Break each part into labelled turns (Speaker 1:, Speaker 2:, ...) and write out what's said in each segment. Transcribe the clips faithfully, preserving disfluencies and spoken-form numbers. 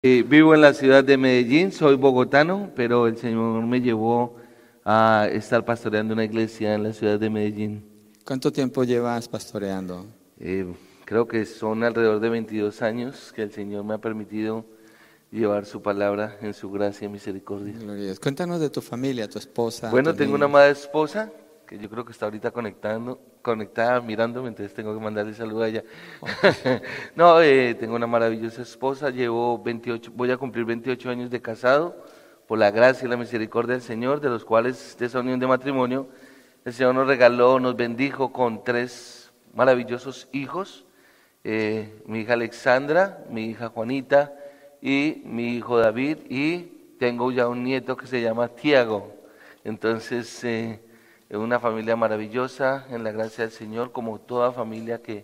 Speaker 1: Eh, vivo en la ciudad de Medellín, soy bogotano, pero el Señor me llevó a estar pastoreando una iglesia en la ciudad de Medellín.
Speaker 2: ¿Cuánto tiempo llevas pastoreando?
Speaker 1: Eh, creo que son alrededor de veintidós años que el Señor me ha permitido llevar su palabra en su gracia y misericordia.
Speaker 2: Gloria a Dios. Cuéntanos de tu familia, tu esposa,
Speaker 1: Bueno,
Speaker 2: tus
Speaker 1: tengo una
Speaker 2: niños.
Speaker 1: amada esposa que yo creo que está ahorita conectando, conectada, mirándome, entonces tengo que mandarle saludo a ella. No, eh, tengo una maravillosa esposa, llevo veintiocho, voy a cumplir veintiocho años de casado, por la gracia y la misericordia del Señor, de los cuales de esa unión de matrimonio, el Señor nos regaló, nos bendijo con tres maravillosos hijos, eh, mi hija Alexandra, mi hija Juanita y mi hijo David, y tengo ya un nieto que se llama Tiago. Entonces, eh, es una familia maravillosa en la gracia del Señor, como toda familia que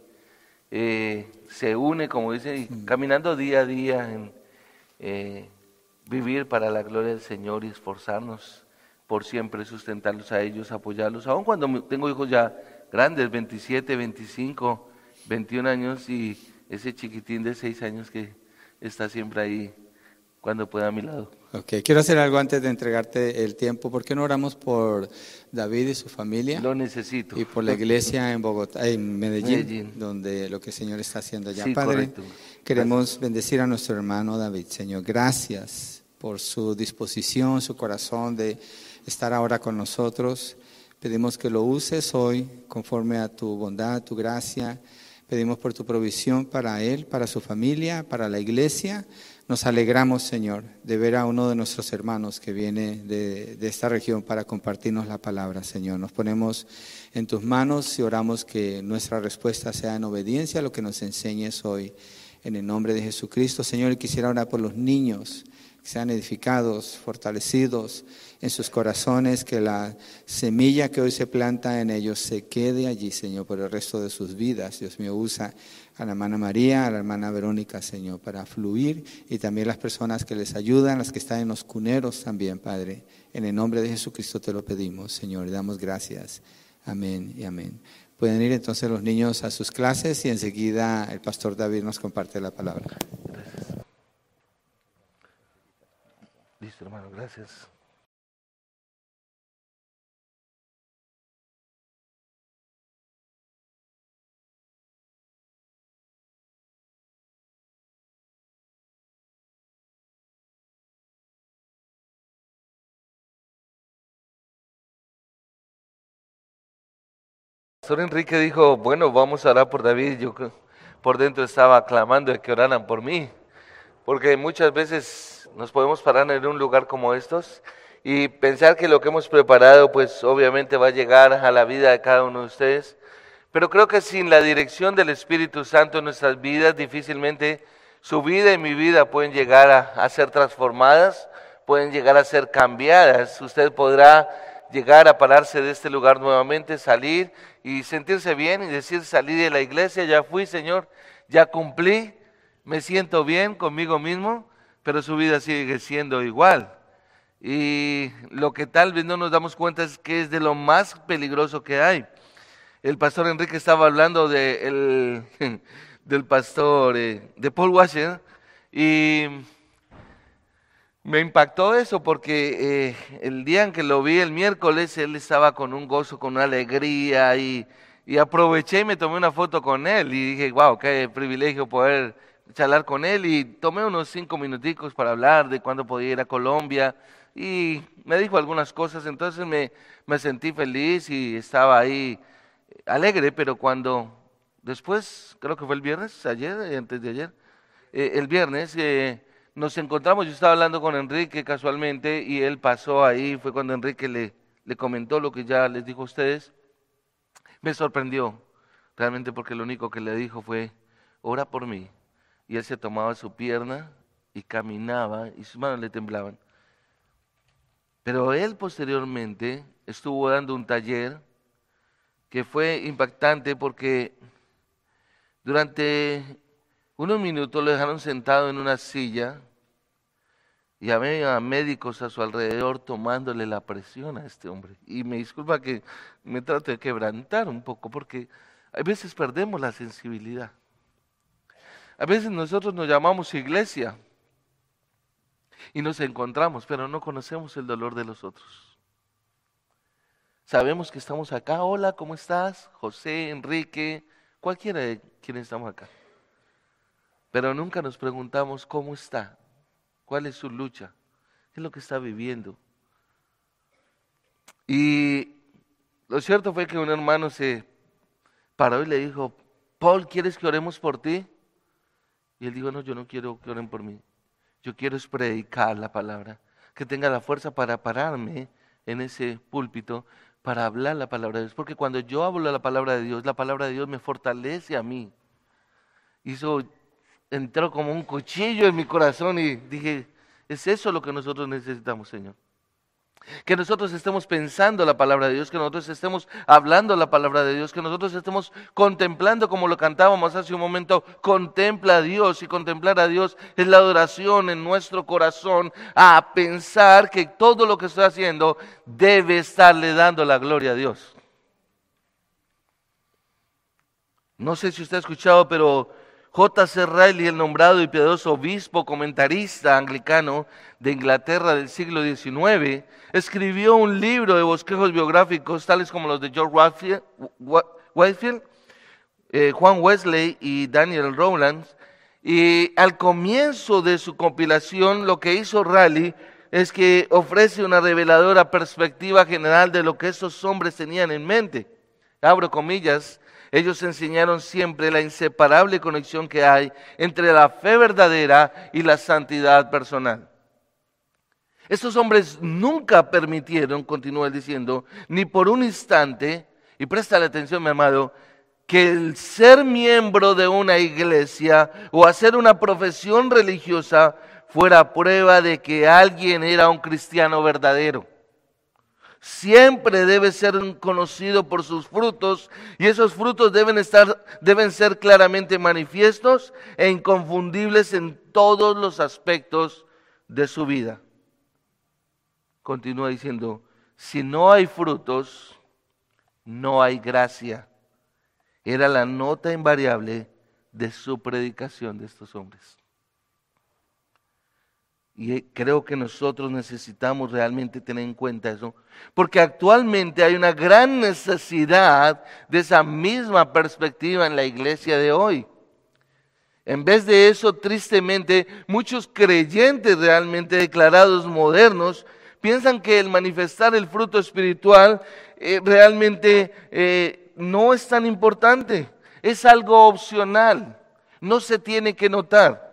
Speaker 1: eh, se une, como dice, y caminando día a día en eh, vivir para la gloria del Señor y esforzarnos por siempre sustentarlos a ellos, apoyarlos, aun cuando me- tengo hijos ya grandes, veintisiete, veinticinco, veintiún años, y ese chiquitín de seis años que está siempre ahí cuando pueda a mi lado.
Speaker 2: Ok, quiero hacer algo antes de entregarte el tiempo. ¿Por qué no oramos por David y su familia?
Speaker 1: Lo necesito.
Speaker 2: Y por la iglesia en Bogotá, en Medellín,
Speaker 1: Medellín.
Speaker 2: donde lo que el Señor está haciendo allá.
Speaker 1: Sí,
Speaker 2: Padre,
Speaker 1: correcto.
Speaker 2: queremos bendecir a nuestro hermano David, Señor. Gracias por su disposición, su corazón de estar ahora con nosotros. Pedimos que lo uses hoy conforme a tu bondad, tu gracia. Pedimos por tu provisión para él, para su familia, para la iglesia. Nos alegramos, Señor, de ver a uno de nuestros hermanos que viene de, de esta región para compartirnos la palabra, Señor. Nos ponemos en tus manos y oramos que nuestra respuesta sea en obediencia a lo que nos enseñes hoy. En el nombre de Jesucristo, Señor, y quisiera orar por los niños, que sean edificados, fortalecidos en sus corazones, que la semilla que hoy se planta en ellos se quede allí, Señor, por el resto de sus vidas. Dios mío, usa a la hermana María, a la hermana Verónica, Señor, para fluir, y también las personas que les ayudan, las que están en los cuneros también, Padre. En el nombre de Jesucristo te lo pedimos, Señor, y damos gracias. Amén y amén. Pueden ir entonces los niños a sus clases y enseguida el pastor David nos comparte la palabra.
Speaker 1: Gracias. Listo, hermano, gracias. Pastor Enrique dijo, bueno, vamos a orar por David. Yo que- por dentro estaba clamando de que oraran por mí, porque muchas veces nos podemos parar en un lugar como estos y pensar que lo que hemos preparado, pues obviamente va a llegar a la vida de cada uno de ustedes, pero creo que sin la dirección del Espíritu Santo en nuestras vidas, difícilmente su vida y mi vida pueden llegar a, a ser transformadas, pueden llegar a ser cambiadas. Usted podrá llegar a pararse de este lugar nuevamente, salir y sentirse bien y decir, salí de la iglesia, ya fui, Señor, ya cumplí, me siento bien conmigo mismo, pero su vida sigue siendo igual. Y lo que tal vez no nos damos cuenta es que es de lo más peligroso que hay. El pastor Enrique estaba hablando de el, del pastor, eh, de Paul Washer, y me impactó eso porque eh, el día en que lo vi, el miércoles, él estaba con un gozo, con una alegría, y, y aproveché y me tomé una foto con él y dije, wow, qué privilegio poder charlar con él, y tomé unos cinco minuticos para hablar de cuándo podía ir a Colombia, y me dijo algunas cosas. Entonces me, me sentí feliz y estaba ahí alegre, pero cuando después, creo que fue el viernes, ayer, eh, antes de ayer, eh, el viernes eh, nos encontramos. Yo estaba hablando con Enrique casualmente y él pasó ahí, fue cuando Enrique le, le comentó lo que ya les dijo a ustedes. Me sorprendió, realmente, porque lo único que le dijo fue, ora por mí. Y él se tomaba su pierna y caminaba y sus manos le temblaban. Pero él posteriormente estuvo dando un taller que fue impactante porque durante unos minutos lo dejaron sentado en una silla y había médicos a su alrededor tomándole la presión a este hombre. Y me disculpa que me trato de quebrantar un poco porque a veces perdemos la sensibilidad. A veces nosotros nos llamamos iglesia, y nos encontramos, pero no conocemos el dolor de los otros. Sabemos que estamos acá. Hola, ¿cómo estás? José, Enrique, cualquiera de quienes estamos acá. Pero nunca nos preguntamos cómo está, cuál es su lucha, qué es lo que está viviendo. Y lo cierto fue que un hermano se paró y le dijo, Paul, ¿quieres que oremos por ti? Y él dijo, no, yo no quiero que oren por mí. Yo quiero es predicar la palabra, que tenga la fuerza para pararme en ese púlpito, para hablar la palabra de Dios. Porque cuando yo hablo la palabra de Dios, la palabra de Dios me fortalece a mí. Y eso entró como un cuchillo en mi corazón y dije, es eso lo que nosotros necesitamos, Señor. Que nosotros estemos pensando la palabra de Dios, que nosotros estemos hablando la palabra de Dios, que nosotros estemos contemplando, como lo cantábamos hace un momento, contempla a Dios, y contemplar a Dios es la adoración en nuestro corazón, a pensar que todo lo que estoy haciendo debe estarle dando la gloria a Dios. No sé si usted ha escuchado, pero J C Ryle, el nombrado y piadoso obispo comentarista anglicano de Inglaterra del siglo diecinueve, escribió un libro de bosquejos biográficos tales como los de George Whitefield, Whitefield eh, Juan Wesley y Daniel Rowlands. Y al comienzo de su compilación, lo que hizo Raleigh es que ofrece una reveladora perspectiva general de lo que estos hombres tenían en mente. Abro comillas. Ellos enseñaron siempre la inseparable conexión que hay entre la fe verdadera y la santidad personal. Estos hombres nunca permitieron, continúa él diciendo, ni por un instante, y préstale atención, mi amado, que el ser miembro de una iglesia o hacer una profesión religiosa fuera prueba de que alguien era un cristiano verdadero. Siempre debe ser conocido por sus frutos, y esos frutos deben estar, deben ser claramente manifiestos e inconfundibles en todos los aspectos de su vida. Continúa diciendo, si no hay frutos, no hay gracia. Era la nota invariable de su predicación de estos hombres. Y creo que nosotros necesitamos realmente tener en cuenta eso, porque actualmente hay una gran necesidad de esa misma perspectiva en la iglesia de hoy. En vez de eso, tristemente, muchos creyentes realmente declarados modernos piensan que el manifestar el fruto espiritual eh, realmente eh, no es tan importante, es algo opcional, no se tiene que notar.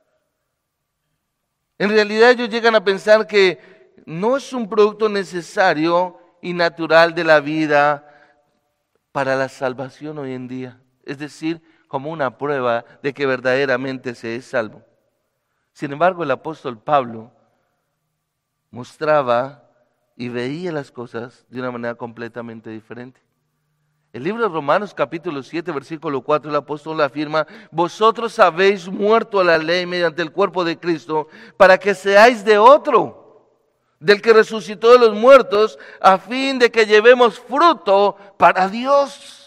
Speaker 1: En realidad ellos llegan a pensar que no es un producto necesario y natural de la vida para la salvación hoy en día. Es decir, como una prueba de que verdaderamente se es salvo. Sin embargo, el apóstol Pablo mostraba y veía las cosas de una manera completamente diferente. El libro de Romanos capítulo siete, versículo cuatro, el apóstol afirma, vosotros habéis muerto a la ley mediante el cuerpo de Cristo, para que seáis de otro, del que resucitó de los muertos, a fin de que llevemos fruto para Dios.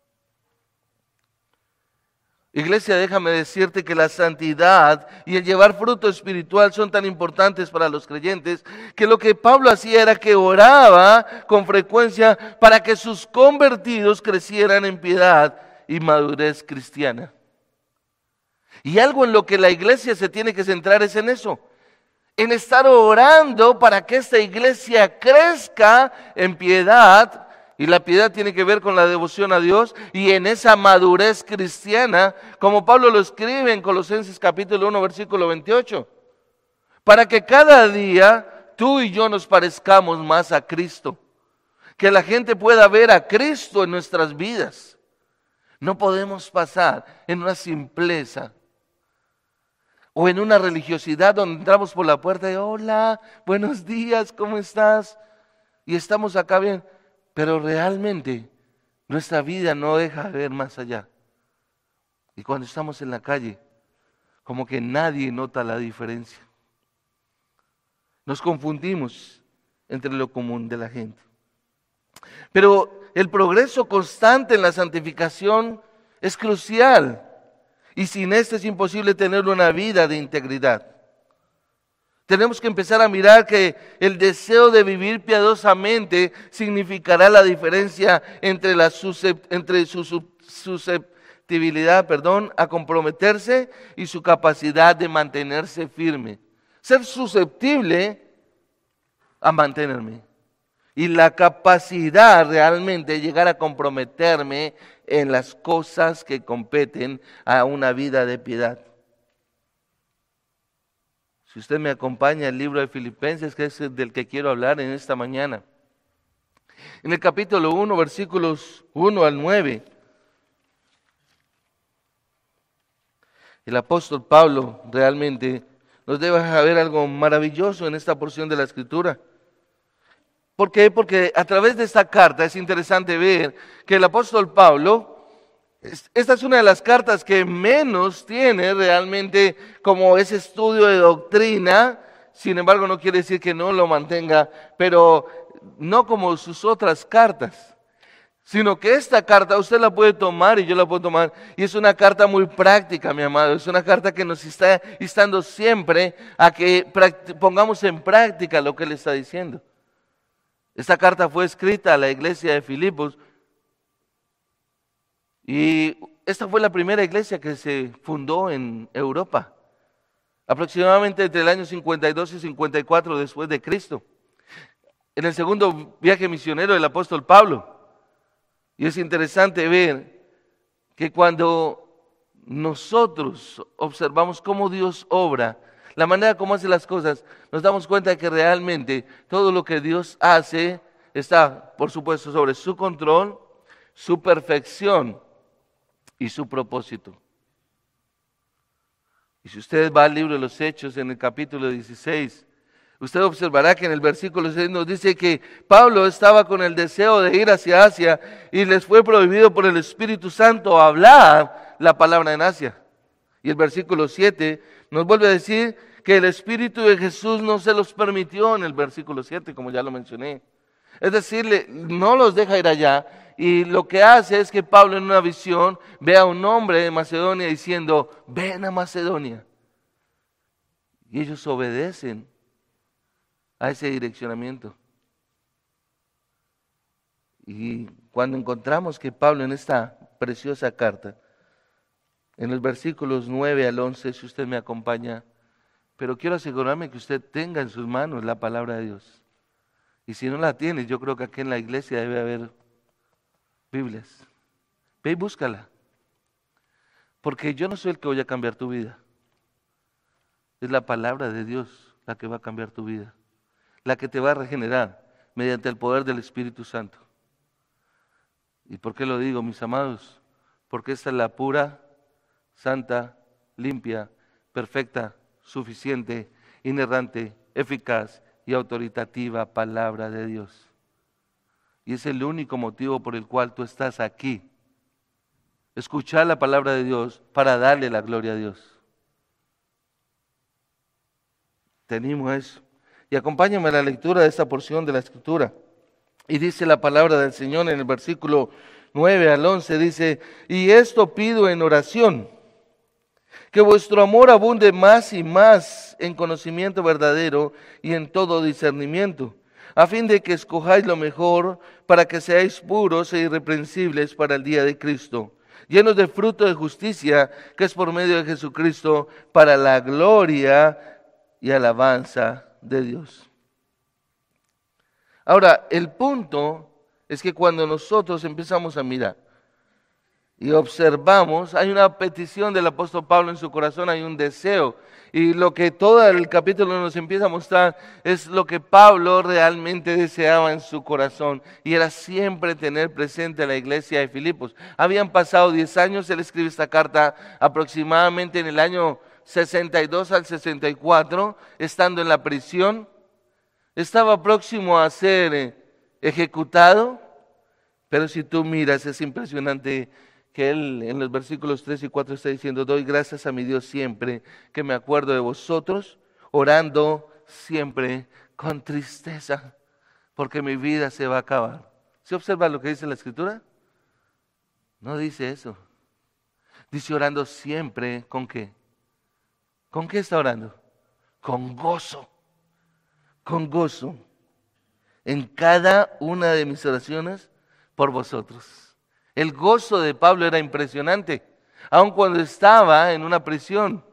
Speaker 1: Iglesia, déjame decirte que la santidad y el llevar fruto espiritual son tan importantes para los creyentes, que lo que Pablo hacía era que oraba con frecuencia para que sus convertidos crecieran en piedad y madurez cristiana. Y algo en lo que la iglesia se tiene que centrar es en eso, en estar orando para que esta iglesia crezca en piedad. Y la piedad tiene que ver con la devoción a Dios y en esa madurez cristiana, como Pablo lo escribe en Colosenses capítulo uno, versículo veintiocho. Para que cada día tú y yo nos parezcamos más a Cristo. Que la gente pueda ver a Cristo en nuestras vidas. No podemos pasar en una simpleza o en una religiosidad donde entramos por la puerta y hola, buenos días, ¿cómo estás? Y estamos acá bien. Pero realmente nuestra vida no deja de ver más allá. Y cuando estamos en la calle, como que nadie nota la diferencia. Nos confundimos entre lo común de la gente. Pero el progreso constante en la santificación es crucial. Y sin este es imposible tener una vida de integridad. Tenemos que empezar a mirar que el deseo de vivir piadosamente significará la diferencia entre, la suscept- entre su su- susceptibilidad perdón, a comprometerse y su capacidad de mantenerse firme. Ser susceptible a mantenerme. Y la capacidad realmente de llegar a comprometerme en las cosas que competen a una vida de piedad. Si usted me acompaña al libro de Filipenses, que es del que quiero hablar en esta mañana. En el capítulo uno, versículos uno al nueve, el apóstol Pablo realmente nos debe saber algo maravilloso en esta porción de la Escritura. ¿Por qué? Porque a través de esta carta es interesante ver que el apóstol Pablo, esta es una de las cartas que menos tiene realmente como ese estudio de doctrina. Sin embargo, no quiere decir que no lo mantenga, pero no como sus otras cartas, sino que esta carta usted la puede tomar y yo la puedo tomar, y es una carta muy práctica, mi amado. Es una carta que nos está instando siempre a que pongamos en práctica lo que él está diciendo. Esta carta fue escrita a la iglesia de Filipos, y esta fue la primera iglesia que se fundó en Europa, aproximadamente entre el año cincuenta y dos y cincuenta y cuatro después de Cristo, en el segundo viaje misionero del apóstol Pablo. Y es interesante ver que cuando nosotros observamos cómo Dios obra, la manera como hace las cosas, nos damos cuenta de que realmente todo lo que Dios hace está, por supuesto, sobre su control, su perfección y su propósito. Y si usted va al libro de los Hechos en el capítulo dieciséis, usted observará que en el versículo seis nos dice que Pablo estaba con el deseo de ir hacia Asia y les fue prohibido por el Espíritu Santo hablar la palabra en Asia. Y el versículo siete nos vuelve a decir que el Espíritu de Jesús no se los permitió en el versículo siete, como ya lo mencioné. Es decir, no los deja ir allá, y lo que hace es que Pablo en una visión ve a un hombre de Macedonia diciendo, ven a Macedonia. Y ellos obedecen a ese direccionamiento. Y cuando encontramos que Pablo en esta preciosa carta, en los versículos nueve al once, si usted me acompaña, pero quiero asegurarme que usted tenga en sus manos la palabra de Dios. Y si no la tiene, yo creo que aquí en la iglesia debe haber Biblias. Ve y búscala. Porque yo no soy el que voy a cambiar tu vida. Es la palabra de Dios la que va a cambiar tu vida, la que te va a regenerar mediante el poder del Espíritu Santo. ¿Y por qué lo digo, mis amados? Porque esta es la pura, santa, limpia, perfecta, suficiente, inerrante, eficaz y autoritativa palabra de Dios. Y es el único motivo por el cual tú estás aquí. Escuchar la palabra de Dios para darle la gloria a Dios. Te animo a eso. Y acompáñame a la lectura de esta porción de la Escritura. Y dice la palabra del Señor en el versículo nueve al once, dice, y esto pido en oración, que vuestro amor abunde más y más en conocimiento verdadero y en todo discernimiento, a fin de que escojáis lo mejor, para que seáis puros e irreprensibles para el día de Cristo, llenos de fruto de justicia, que es por medio de Jesucristo, para la gloria y alabanza de Dios. Ahora, el punto es que cuando nosotros empezamos a mirar y observamos, hay una petición del apóstol Pablo en su corazón, hay un deseo. Y lo que todo el capítulo nos empieza a mostrar es lo que Pablo realmente deseaba en su corazón. Y era siempre tener presente a la iglesia de Filipos. Habían pasado diez años, él escribe esta carta aproximadamente en el año sesenta y dos al sesenta y cuatro, estando en la prisión. Estaba próximo a ser ejecutado, pero si tú miras es impresionante que él en los versículos tres y cuatro está diciendo, doy gracias a mi Dios siempre que me acuerdo de vosotros, orando siempre con tristeza, porque mi vida se va a acabar. ¿Se observa lo que dice la Escritura? No dice eso. Dice orando siempre, ¿con qué? ¿Con qué está orando? Con gozo. con gozo en cada una de mis oraciones por vosotros. El gozo de Pablo era impresionante, aun cuando estaba en una prisión,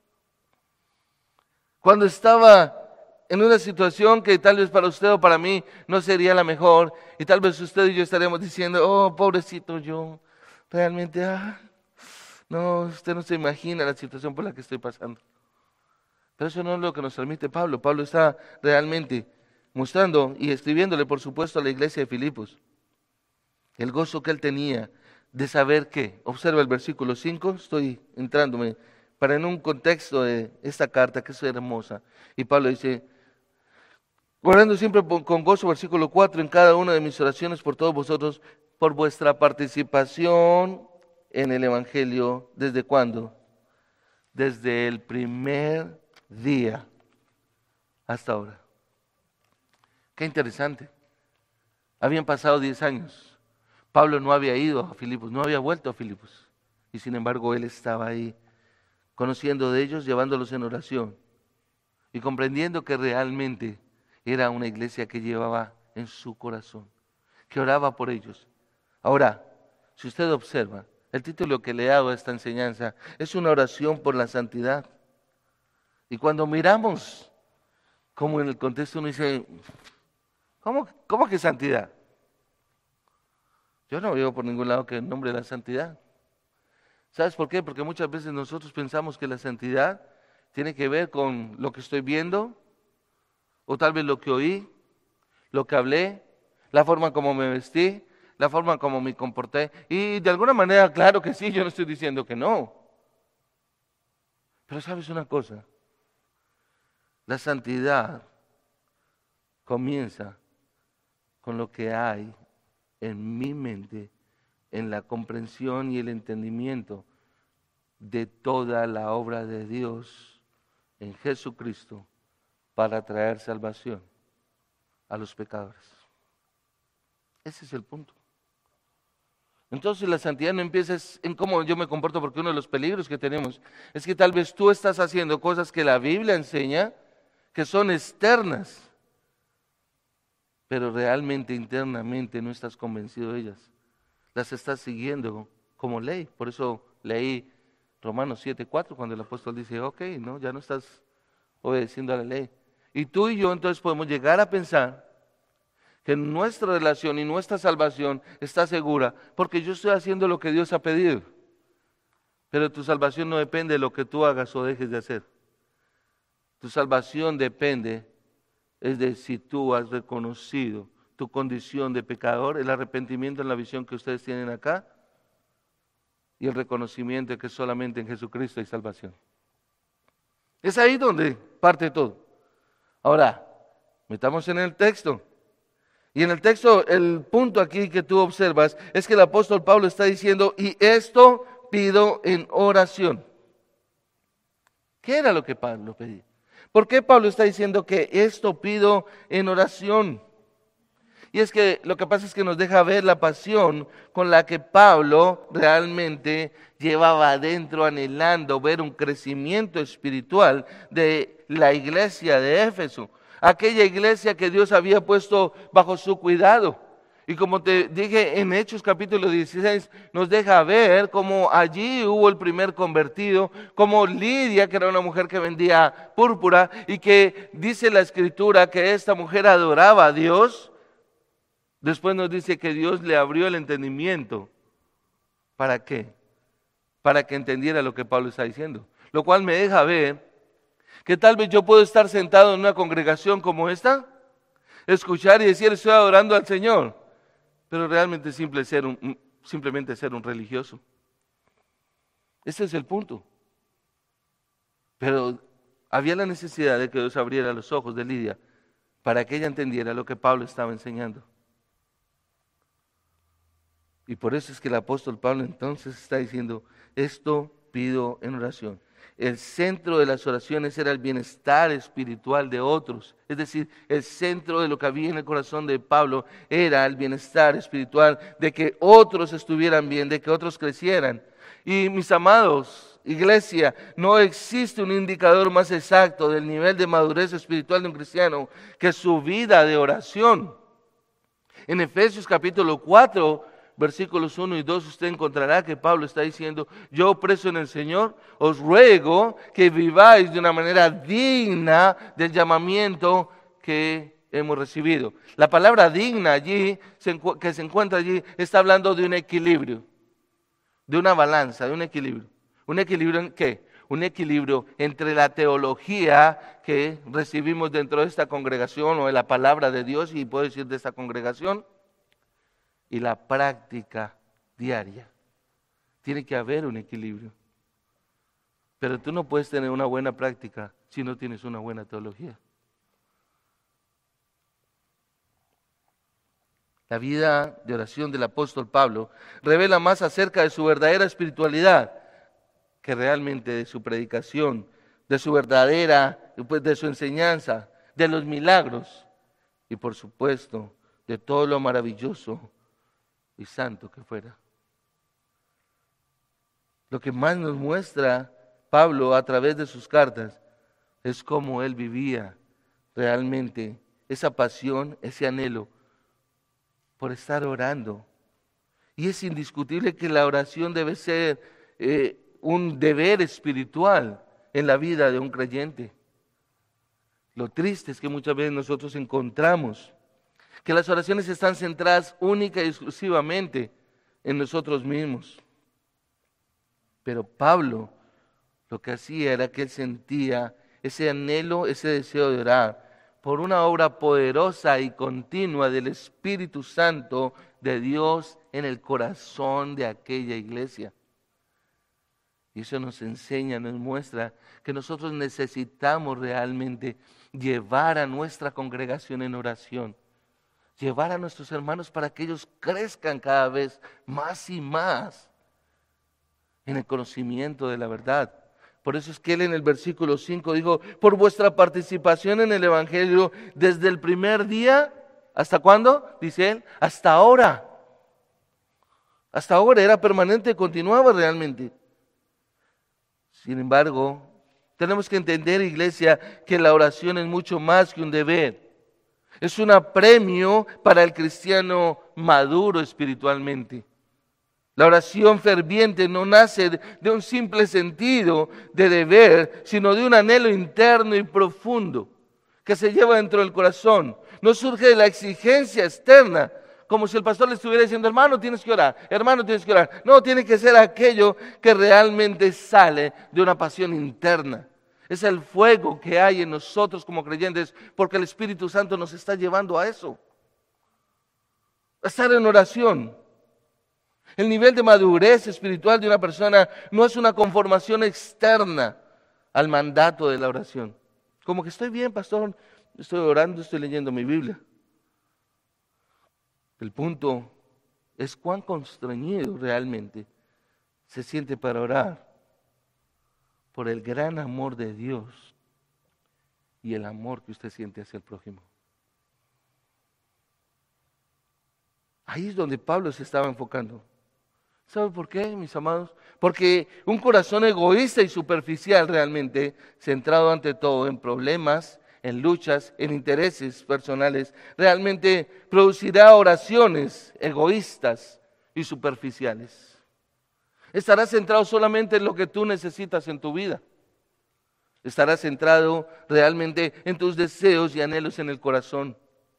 Speaker 1: cuando estaba en una situación que tal vez para usted o para mí no sería la mejor, y tal vez usted y yo estaríamos diciendo, oh, pobrecito yo, realmente, ah, no, usted no se imagina la situación por la que estoy pasando. Pero eso no es lo que nos transmite Pablo. Pablo está realmente mostrando y escribiéndole, por supuesto, a la iglesia de Filipos el gozo que él tenía de saber que, observa el versículo cinco, estoy entrándome para en un contexto de esta carta que es hermosa. Y Pablo dice, orando siempre con gozo, versículo cuatro, en cada una de mis oraciones por todos vosotros, por vuestra participación en el Evangelio. ¿Desde cuándo? Desde el primer día hasta ahora. Qué interesante. Habían pasado diez años. Pablo no había ido a Filipos, no había vuelto a Filipos. Y sin embargo él estaba ahí, conociendo de ellos, llevándolos en oración. Y comprendiendo que realmente era una iglesia que llevaba en su corazón, que oraba por ellos. Ahora, si usted observa, el título que le he dado a esta enseñanza es una oración por la santidad. Y cuando miramos, como en el contexto uno dice, ¿cómo, cómo que santidad? Yo no veo por ningún lado que el nombre de la santidad. ¿Sabes por qué? Porque muchas veces nosotros pensamos que la santidad tiene que ver con lo que estoy viendo, o tal vez lo que oí, lo que hablé, la forma como me vestí, la forma como me comporté. Y de alguna manera, claro que sí, yo no estoy diciendo que no. Pero ¿sabes una cosa? La santidad comienza con lo que hay en mi mente, en la comprensión y el entendimiento de toda la obra de Dios en Jesucristo para traer salvación a los pecadores. Ese es el punto. Entonces la santidad no empieza en cómo yo me comporto, porque uno de los peligros que tenemos es que tal vez tú estás haciendo cosas que la Biblia enseña que son externas, pero realmente internamente no estás convencido de ellas. Las estás siguiendo como ley. Por eso leí Romanos siete cuatro cuando el apóstol dice, ok, no, ya no estás obedeciendo a la ley. Y tú y yo entonces podemos llegar a pensar que nuestra relación y nuestra salvación está segura porque yo estoy haciendo lo que Dios ha pedido. Pero tu salvación no depende de lo que tú hagas o dejes de hacer. Tu salvación depende es de si tú has reconocido tu condición de pecador, el arrepentimiento en la visión que ustedes tienen acá y el reconocimiento de que solamente en Jesucristo hay salvación. Es ahí donde parte todo. Ahora, metamos en el texto. Y en el texto, el punto aquí que tú observas es que el apóstol Pablo está diciendo, y esto pido en oración. ¿Qué era lo que Pablo pedía? ¿Por qué Pablo está diciendo que esto pido en oración? Y es que lo que pasa es que nos deja ver la pasión con la que Pablo realmente llevaba adentro anhelando ver un crecimiento espiritual de la iglesia de Éfeso, aquella iglesia que Dios había puesto bajo su cuidado. Y como te dije en Hechos capítulo dieciséis, nos deja ver cómo allí hubo el primer convertido, como Lidia, que era una mujer que vendía púrpura, y que dice la escritura que esta mujer adoraba a Dios. Después nos dice que Dios le abrió el entendimiento. ¿Para qué? Para que entendiera lo que Pablo está diciendo. Lo cual me deja ver que tal vez yo puedo estar sentado en una congregación como esta, escuchar y decir estoy adorando al Señor, pero realmente simple ser un, simplemente ser un religioso. Ese es el punto. Pero había la necesidad de que Dios abriera los ojos de Lidia para que ella entendiera lo que Pablo estaba enseñando. Y por eso es que el apóstol Pablo entonces está diciendo, esto pido en oración. El centro de las oraciones era el bienestar espiritual de otros. Es decir, el centro de lo que había en el corazón de Pablo era el bienestar espiritual, de que otros estuvieran bien, de que otros crecieran. Y mis amados, iglesia, no existe un indicador más exacto del nivel de madurez espiritual de un cristiano que su vida de oración. En Efesios capítulo cuatro, versículos uno y dos, usted encontrará que Pablo está diciendo: yo preso en el Señor, os ruego que viváis de una manera digna del llamamiento que hemos recibido. La palabra digna allí, que se encuentra allí, está hablando de un equilibrio, de una balanza, de un equilibrio. ¿Un equilibrio en qué? Un equilibrio entre la teología que recibimos dentro de esta congregación o de la palabra de Dios, y puedo decir de esta congregación, y la práctica diaria. Tiene que haber un equilibrio. Pero tú no puedes tener una buena práctica si no tienes una buena teología. La vida de oración del apóstol Pablo revela más acerca de su verdadera espiritualidad que realmente de su predicación, de su verdadera, pues de su enseñanza, de los milagros y por supuesto de todo lo maravilloso y santo que fuera. Lo que más nos muestra Pablo a través de sus cartas es cómo él vivía realmente esa pasión, ese anhelo por estar orando. Y es indiscutible que la oración debe ser eh, un deber espiritual en la vida de un creyente. Lo triste es que muchas veces nosotros encontramos que las oraciones están centradas única y exclusivamente en nosotros mismos. Pero Pablo lo que hacía era que él sentía ese anhelo, ese deseo de orar por una obra poderosa y continua del Espíritu Santo de Dios en el corazón de aquella iglesia. Y eso nos enseña, nos muestra que nosotros necesitamos realmente llevar a nuestra congregación en oración, llevar a nuestros hermanos para que ellos crezcan cada vez más y más en el conocimiento de la verdad. Por eso es que él en el versículo cinco dijo: por vuestra participación en el Evangelio desde el primer día, ¿hasta cuándo? Dice él, hasta ahora. Hasta ahora era permanente, continuaba realmente. Sin embargo, tenemos que entender, iglesia, que la oración es mucho más que un deber. Es un apremio para el cristiano maduro espiritualmente. La oración ferviente no nace de un simple sentido de deber, sino de un anhelo interno y profundo que se lleva dentro del corazón. No surge de la exigencia externa, como si el pastor le estuviera diciendo: hermano, tienes que orar, hermano, tienes que orar. No, tiene que ser aquello que realmente sale de una pasión interna. Es el fuego que hay en nosotros como creyentes, porque el Espíritu Santo nos está llevando a eso, a estar en oración. El nivel de madurez espiritual de una persona no es una conformación externa al mandato de la oración. Como que estoy bien, pastor, estoy orando, estoy leyendo mi Biblia. El punto es cuán constreñido realmente se siente para orar por el gran amor de Dios y el amor que usted siente hacia el prójimo. Ahí es donde Pablo se estaba enfocando. ¿Sabe por qué, mis amados? Porque un corazón egoísta y superficial realmente, centrado ante todo en problemas, en luchas, en intereses personales, realmente producirá oraciones egoístas y superficiales. Estarás centrado solamente en lo que tú necesitas en tu vida. Estarás centrado realmente en tus deseos y anhelos en el corazón.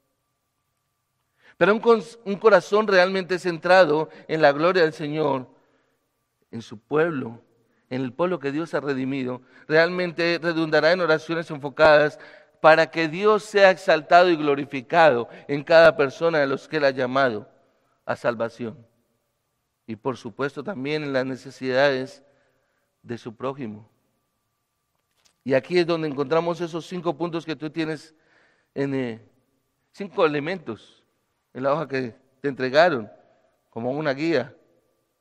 Speaker 1: Pero un, un corazón realmente centrado en la gloria del Señor, en su pueblo, en el pueblo que Dios ha redimido, realmente redundará en oraciones enfocadas para que Dios sea exaltado y glorificado en cada persona de los que Él ha llamado a salvación. Y por supuesto también en las necesidades de su prójimo. Y aquí es donde encontramos esos cinco puntos que tú tienes en eh, cinco elementos en la hoja que te entregaron como una guía.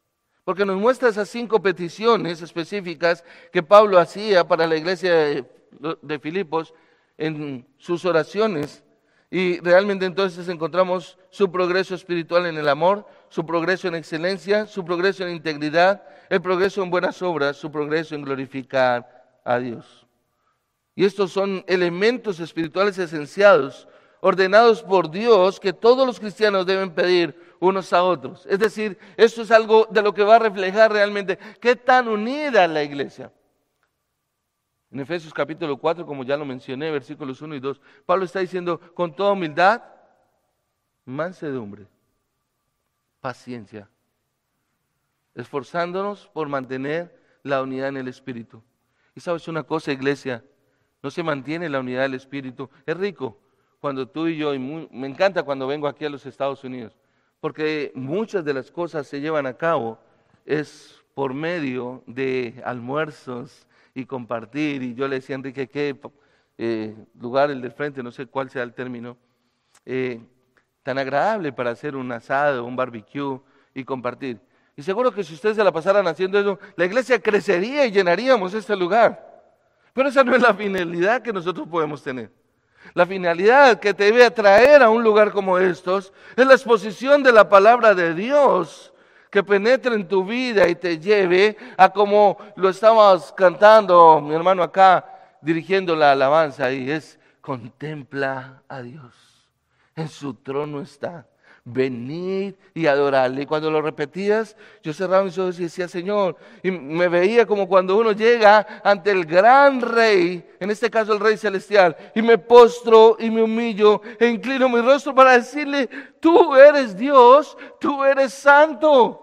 Speaker 1: porque nos muestra esas cinco peticiones específicas que Pablo hacía para la iglesia de, de Filipos en sus oraciones. Y realmente entonces encontramos su progreso espiritual en el amor, su progreso en excelencia, su progreso en integridad, el progreso en buenas obras, su progreso en glorificar a Dios. Y estos son elementos espirituales esenciados, ordenados por Dios, que todos los cristianos deben pedir unos a otros. Es decir, esto es algo de lo que va a reflejar realmente qué tan unida es la iglesia. En Efesios capítulo cuatro, como ya lo mencioné, versículos uno y dos, Pablo está diciendo, con toda humildad, mansedumbre, paciencia, esforzándonos por mantener la unidad en el Espíritu. Y sabes una cosa, iglesia, no se mantiene la unidad del Espíritu. Es rico cuando tú y yo, y muy, me encanta cuando vengo aquí a los Estados Unidos, porque muchas de las cosas se llevan a cabo es por medio de almuerzos y compartir. Y yo le decía a Enrique, qué eh, lugar el del frente, no sé cuál sea el término, eh, tan agradable para hacer un asado, un barbecue y compartir. Y seguro que si ustedes se la pasaran haciendo eso, la iglesia crecería y llenaríamos este lugar. Pero esa no es la finalidad que nosotros podemos tener. La finalidad que te debe atraer a un lugar como estos es la exposición de la palabra de Dios, que penetre en tu vida y te lleve a como lo estábamos cantando, mi hermano acá, dirigiendo la alabanza, y es, contempla a Dios, en su trono está, venid y adorarle. Y cuando lo repetías, yo cerraba mis ojos y decía, Señor, y me veía como cuando uno llega ante el gran Rey, en este caso el Rey Celestial, y me postro y me humillo e inclino mi rostro para decirle, tú eres Dios, tú eres santo,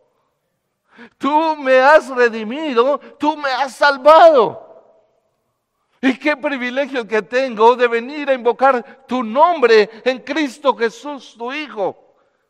Speaker 1: tú me has redimido, tú me has salvado. Y qué privilegio el que tengo de venir a invocar tu nombre en Cristo Jesús, tu Hijo,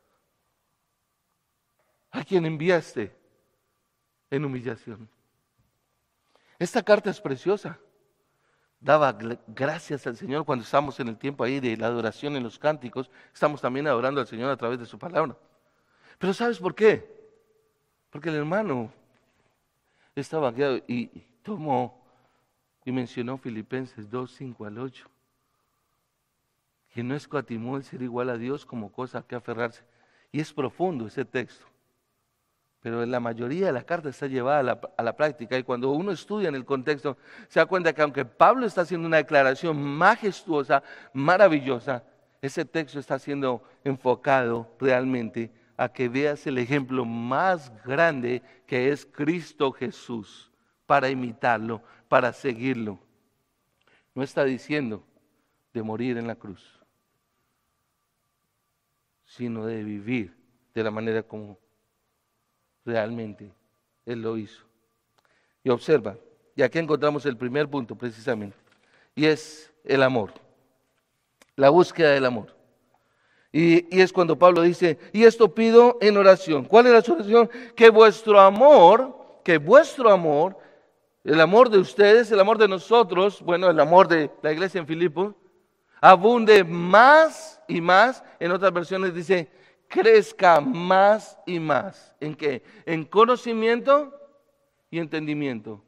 Speaker 1: a quien enviaste en humillación. Esta carta es preciosa. Daba gracias al Señor cuando estamos en el tiempo ahí de la adoración en los cánticos. Estamos también adorando al Señor a través de su palabra. Pero ¿sabes por qué? Porque el hermano estaba guiado y tomó y mencionó Filipenses dos, cinco al ocho. Que no escatimó el ser igual a Dios como cosa a que aferrarse. Y es profundo ese texto. Pero la mayoría de la carta está llevada a la, a la práctica. Y cuando uno estudia en el contexto, se da cuenta que aunque Pablo está haciendo una declaración majestuosa, maravillosa, ese texto está siendo enfocado realmente a que veas el ejemplo más grande que es Cristo Jesús, para imitarlo, para seguirlo. No está diciendo de morir en la cruz, sino de vivir de la manera como realmente Él lo hizo. Y observa, y aquí encontramos el primer punto precisamente, y es el amor, la búsqueda del amor. Y, y es cuando Pablo dice, y esto pido en oración. ¿Cuál es la oración? Que vuestro amor, que vuestro amor, el amor de ustedes, el amor de nosotros, bueno, el amor de la iglesia en Filipos, abunde más y más. En otras versiones dice, crezca más y más. ¿En qué? En conocimiento y entendimiento.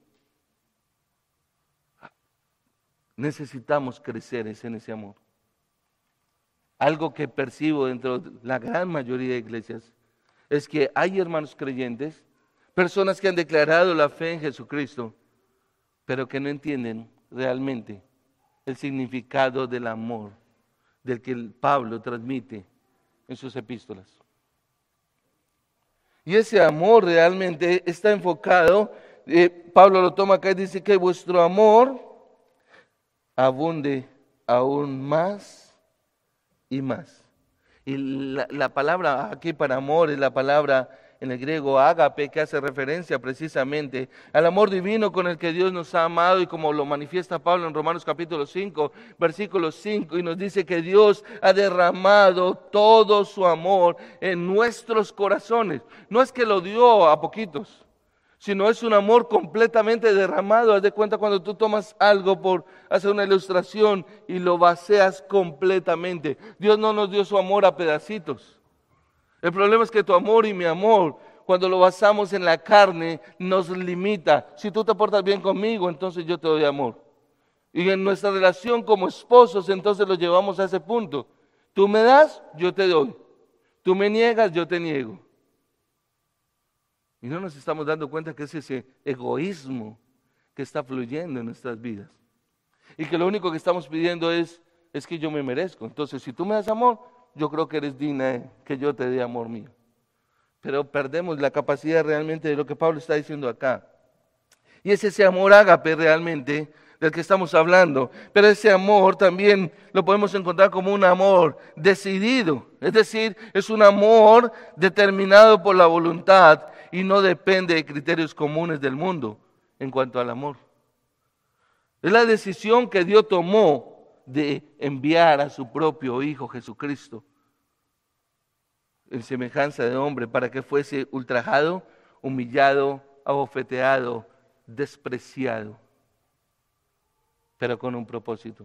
Speaker 1: Necesitamos crecer en ese amor. Algo que percibo dentro de la gran mayoría de iglesias es que hay hermanos creyentes, personas que han declarado la fe en Jesucristo, pero que no entienden realmente el significado del amor del que el Pablo transmite en sus epístolas. Y ese amor realmente está enfocado, eh, Pablo lo toma acá y dice que vuestro amor abunde aún más y más. Y la, la palabra aquí para amor es la palabra en el griego ágape, que hace referencia precisamente al amor divino con el que Dios nos ha amado, y como lo manifiesta Pablo en Romanos capítulo cinco, versículo cinco, y nos dice que Dios ha derramado todo su amor en nuestros corazones. No es que lo dio a poquitos, sino es un amor completamente derramado. Haz de cuenta cuando tú tomas algo por hacer una ilustración y lo vacías completamente. Dios no nos dio su amor a pedacitos. El problema es que tu amor y mi amor, cuando lo basamos en la carne, nos limita. Si tú te portas bien conmigo, entonces yo te doy amor. Y en nuestra relación como esposos, entonces lo llevamos a ese punto. Tú me das, yo te doy. Tú me niegas, yo te niego. Y no nos estamos dando cuenta que es ese egoísmo que está fluyendo en nuestras vidas. Y que lo único que estamos pidiendo es, es que yo me merezco. Entonces, si tú me das amor, yo creo que eres digna de que yo te dé amor mío. Pero perdemos la capacidad realmente de lo que Pablo está diciendo acá. Y es ese amor ágape realmente del que estamos hablando. Pero ese amor también lo podemos encontrar como un amor decidido. Es decir, es un amor determinado por la voluntad y no depende de criterios comunes del mundo en cuanto al amor. Es la decisión que Dios tomó de enviar a su propio Hijo Jesucristo en semejanza de hombre para que fuese ultrajado, humillado, abofeteado, despreciado, pero con un propósito.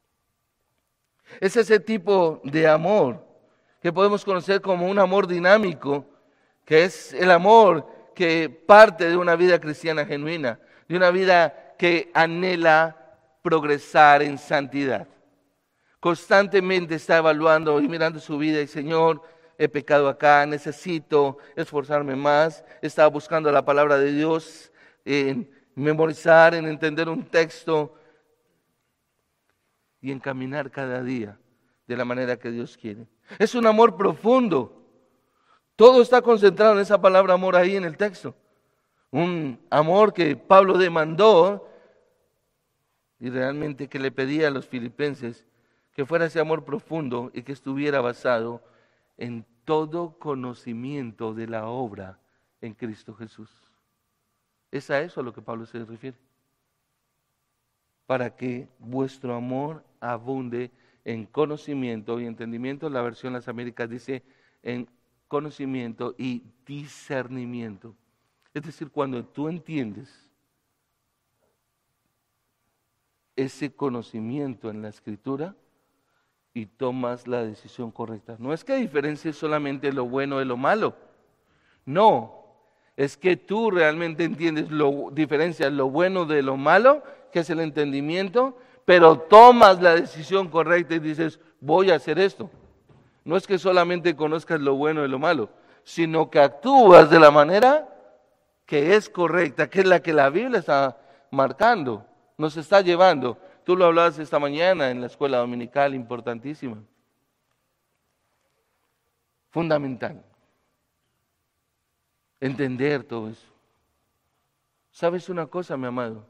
Speaker 1: Es ese tipo de amor que podemos conocer como un amor dinámico, que es el amor que parte de una vida cristiana genuina, de una vida que anhela progresar en santidad. Constantemente está evaluando y mirando su vida y Señor, he pecado acá, necesito esforzarme más. Estaba buscando la palabra de Dios, en memorizar, en entender un texto y en caminar cada día de la manera que Dios quiere. Es un amor profundo. Todo está concentrado en esa palabra amor ahí en el texto. Un amor que Pablo demandó y realmente que le pedía a los filipenses que fuera ese amor profundo y que estuviera basado en todo conocimiento de la obra en Cristo Jesús. Es a eso a lo que Pablo se refiere. Para que vuestro amor abunde en conocimiento y entendimiento. La versión Las Américas dice en conocimiento y discernimiento. Es decir, cuando tú entiendes ese conocimiento en la Escritura y tomas la decisión correcta. No es que diferencies solamente lo bueno de lo malo. No, es que tú realmente entiendes, lo, diferencias lo bueno de lo malo, que es el entendimiento, pero tomas la decisión correcta y dices, voy a hacer esto. No es que solamente conozcas lo bueno de lo malo, sino que actúas de la manera que es correcta, que es la que la Biblia está marcando, nos está llevando. Tú lo hablabas esta mañana en la escuela dominical, importantísima. Fundamental. Entender todo eso. ¿Sabes una cosa, mi amado?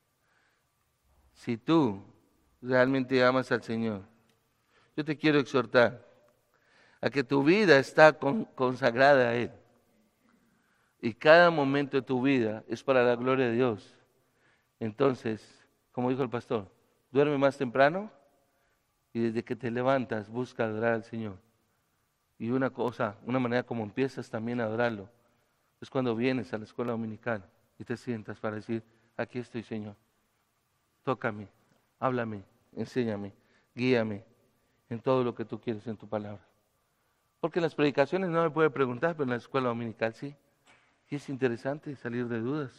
Speaker 1: Si tú realmente amas al Señor, yo te quiero exhortar a que tu vida está con, consagrada a Él. Y cada momento de tu vida es para la gloria de Dios. Entonces, como dijo el pastor, duerme más temprano y desde que te levantas busca adorar al Señor. Y una cosa, una manera como empiezas también a adorarlo, es cuando vienes a la escuela dominical y te sientas para decir, aquí estoy, Señor, tócame, háblame, enséñame, guíame en todo lo que tú quieres en tu palabra. Porque en las predicaciones no me puede preguntar, pero en la escuela dominical sí. Y es interesante salir de dudas.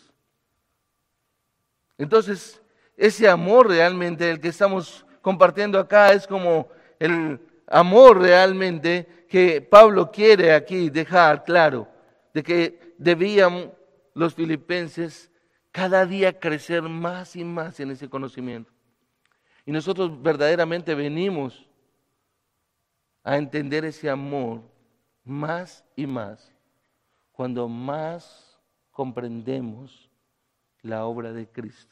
Speaker 1: Entonces, ese amor realmente, el que estamos compartiendo acá, es como el amor realmente que Pablo quiere aquí dejar claro, de que debían los filipenses cada día crecer más y más en ese conocimiento. Y nosotros verdaderamente venimos a entender ese amor más y más cuando más comprendemos la obra de Cristo.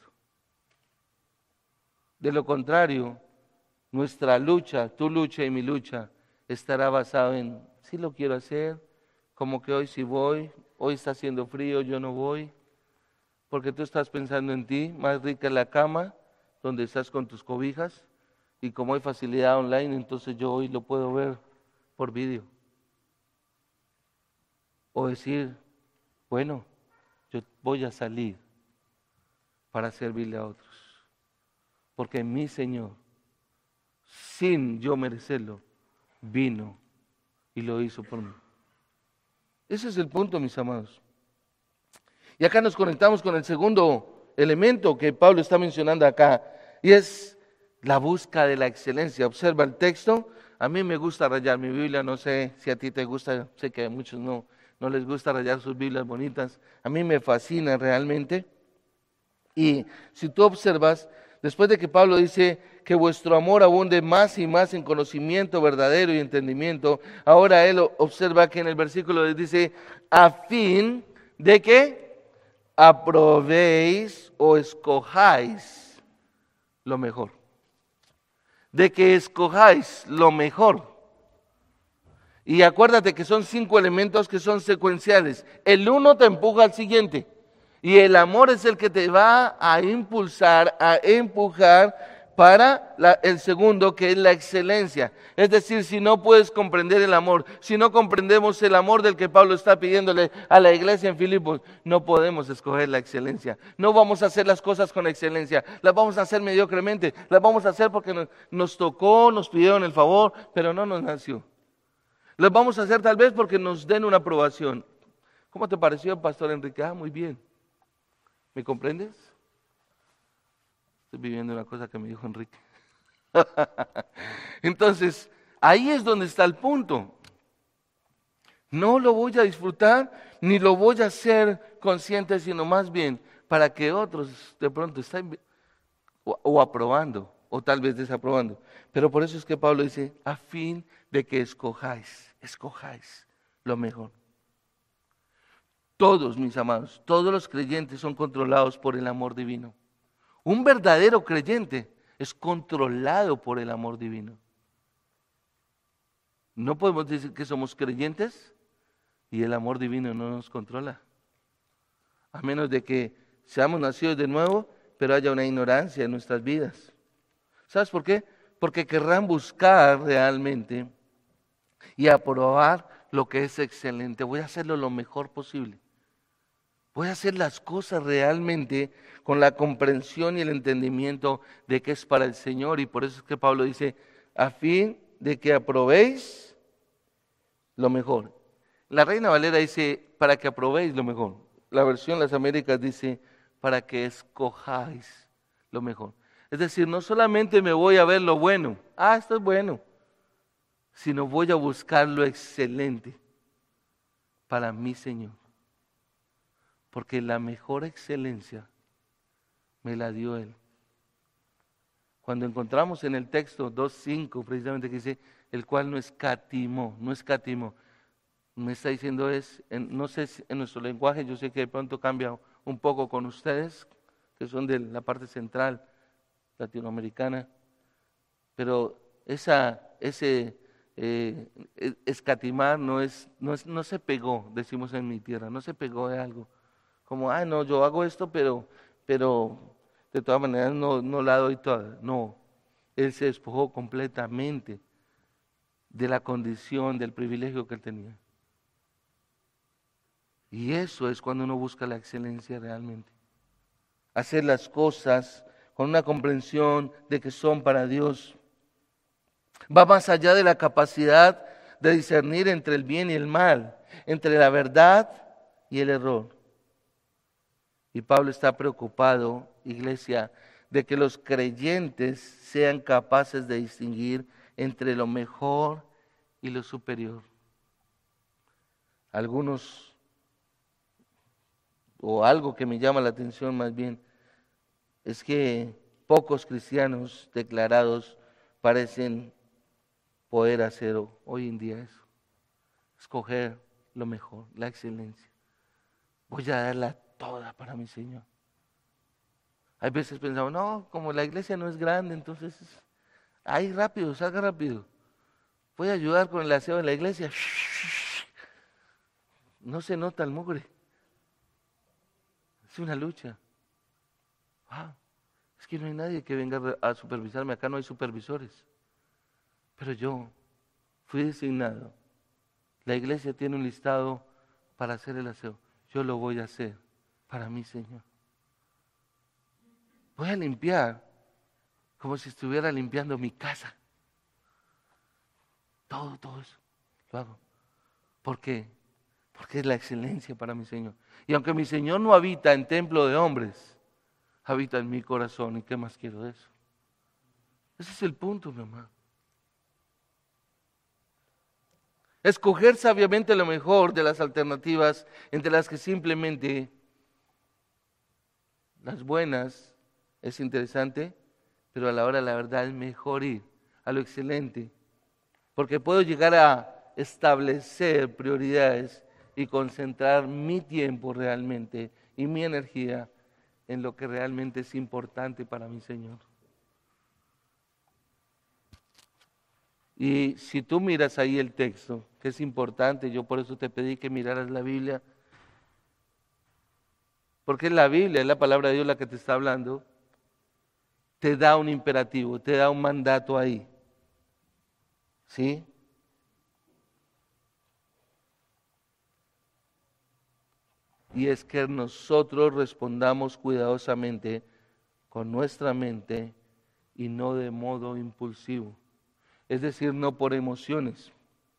Speaker 1: De lo contrario, nuestra lucha, tu lucha y mi lucha, estará basado en, sí lo quiero hacer, como que hoy sí voy, hoy está haciendo frío, yo no voy, porque tú estás pensando en ti, más rica la cama, donde estás con tus cobijas, y como hay facilidad online, entonces yo hoy lo puedo ver por vídeo. O decir, bueno, yo voy a salir para servirle a otros. Porque mi Señor, sin yo merecerlo, vino y lo hizo por mí. Ese es el punto, mis amados. Y acá nos conectamos con el segundo elemento que Pablo está mencionando acá, y es la búsqueda de la excelencia. Observa el texto. A mí me gusta rayar mi Biblia, no sé si a ti te gusta, sé que a muchos no, no les gusta rayar sus Biblias bonitas. A mí me fascina realmente. Y si tú observas, después de que Pablo dice que vuestro amor abunde más y más en conocimiento verdadero y entendimiento, ahora él observa que en el versículo dice, a fin de que aprobéis o escojáis lo mejor. De que escojáis lo mejor. Y acuérdate que son cinco elementos que son secuenciales. El uno te empuja al siguiente. Y el amor es el que te va a impulsar, a empujar para la, el segundo, que es la excelencia. Es decir, si no puedes comprender el amor, si no comprendemos el amor del que Pablo está pidiéndole a la iglesia en Filipos, no podemos escoger la excelencia. No vamos a hacer las cosas con excelencia, las vamos a hacer mediocremente, las vamos a hacer porque nos, nos tocó, nos pidieron el favor, pero no nos nació. Las vamos a hacer tal vez porque nos den una aprobación. ¿Cómo te pareció, Pastor Enrique? Ah, muy bien. ¿Me comprendes? Estoy viviendo una cosa que me dijo Enrique. Entonces, ahí es donde está el punto. No lo voy a disfrutar, ni lo voy a hacer consciente, sino más bien para que otros de pronto estén o, o aprobando, o tal vez desaprobando. Pero por eso es que Pablo dice, a fin de que escojáis, escojáis lo mejor. Todos, mis amados, todos los creyentes son controlados por el amor divino. Un verdadero creyente es controlado por el amor divino. No podemos decir que somos creyentes y el amor divino no nos controla. A menos de que seamos nacidos de nuevo, pero haya una ignorancia en nuestras vidas. ¿Sabes por qué? Porque querrán buscar realmente y aprobar lo que es excelente. Voy a hacerlo lo mejor posible. Voy a hacer las cosas realmente con la comprensión y el entendimiento de que es para el Señor. Y por eso es que Pablo dice, a fin de que aprobéis lo mejor. La Reina Valera dice, para que aprobéis lo mejor. La versión Las Américas dice, para que escojáis lo mejor. Es decir, no solamente me voy a ver lo bueno, ah, esto es bueno, sino voy a buscar lo excelente para mi Señor. Porque la mejor excelencia me la dio Él. Cuando encontramos en el texto dos cinco, precisamente que dice, el cual no escatimó, no escatimó. Me está diciendo es, en, no sé si en nuestro lenguaje, yo sé que de pronto cambia un poco con ustedes, que son de la parte central latinoamericana, pero esa, ese eh, escatimar no, es, no, es, no se pegó, decimos en mi tierra, no se pegó de algo. Como, ah, no, yo hago esto, pero, pero de todas maneras no, no la doy toda. No, él se despojó completamente de la condición, del privilegio que él tenía. Y eso es cuando uno busca la excelencia realmente. Hacer las cosas con una comprensión de que son para Dios. Va más allá de la capacidad de discernir entre el bien y el mal, entre la verdad y el error. Y Pablo está preocupado, iglesia, de que los creyentes sean capaces de distinguir entre lo mejor y lo superior. Algunos, o algo que me llama la atención más bien, es que pocos cristianos declarados parecen poder hacer hoy en día eso. Escoger lo mejor, la excelencia. Voy a darla toda para mi Señor. Hay veces pensamos, no, como la iglesia no es grande, entonces, ahí rápido, salga rápido. Voy a ayudar con el aseo de la iglesia. No se nota el mugre. Es una lucha. Wow. Es que no hay nadie que venga a supervisarme, acá no hay supervisores. Pero yo fui designado. La iglesia tiene un listado para hacer el aseo. Yo lo voy a hacer para mi Señor. Voy a limpiar como si estuviera limpiando mi casa. Todo, todo eso lo hago. ¿Por qué? porque es la excelencia para mi Señor. Y aunque mi Señor no habita en templo de hombres, habita en mi corazón. ¿Y qué más quiero de eso? Ese es el punto, mi amado. Escoger sabiamente lo mejor de las alternativas entre las que simplemente las buenas es interesante, pero a la hora de la verdad es mejor ir a lo excelente, porque puedo llegar a establecer prioridades y concentrar mi tiempo realmente y mi energía en lo que realmente es importante para mi Señor. Y si tú miras ahí el texto, que es importante, yo por eso te pedí que miraras la Biblia, porque es la Biblia, es la palabra de Dios la que te está hablando, te da un imperativo, te da un mandato ahí. ¿Sí? Y es que nosotros respondamos cuidadosamente con nuestra mente y no de modo impulsivo. Es decir, no por emociones,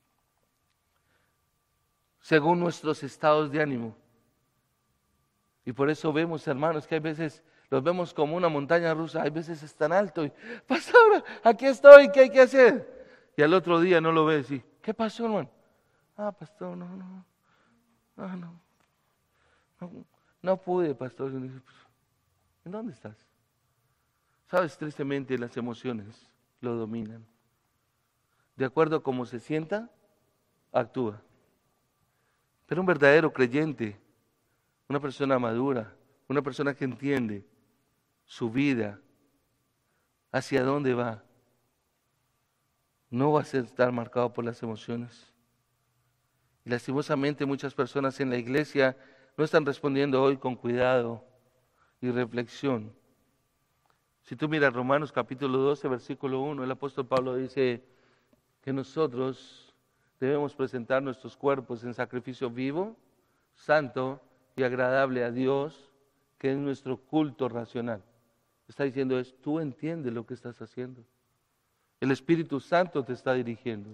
Speaker 1: según nuestros estados de ánimo. Y por eso vemos, hermanos, que hay veces los vemos como una montaña rusa, hay veces es tan alto y, pastor, aquí estoy, ¿qué hay que hacer? Y al otro día no lo ves y, ¿qué pasó, hermano? Ah, pastor, no, no, no, no, no, no pude, pastor. ¿En dónde estás? Sabes, tristemente las emociones lo dominan. De acuerdo a cómo se sienta, actúa. Pero un verdadero creyente, una persona madura, una persona que entiende su vida, hacia dónde va, no va a ser estar marcado por las emociones. Y lastimosamente muchas personas en la iglesia no están respondiendo hoy con cuidado y reflexión. Si tú miras Romanos capítulo doce, versículo uno, el apóstol Pablo dice que nosotros debemos presentar nuestros cuerpos en sacrificio vivo, santo y agradable a Dios, que es nuestro culto racional. Está diciendo es, tú entiendes lo que estás haciendo. El Espíritu Santo te está dirigiendo.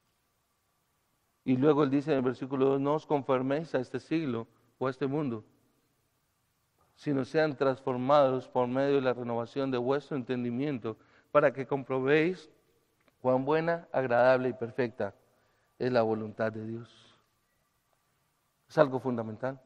Speaker 1: Y luego él dice en el versículo dos, no os conforméis a este siglo o a este mundo, sino sean transformados por medio de la renovación de vuestro entendimiento, para que comprobéis cuán buena, agradable y perfecta es la voluntad de Dios. Es algo fundamental.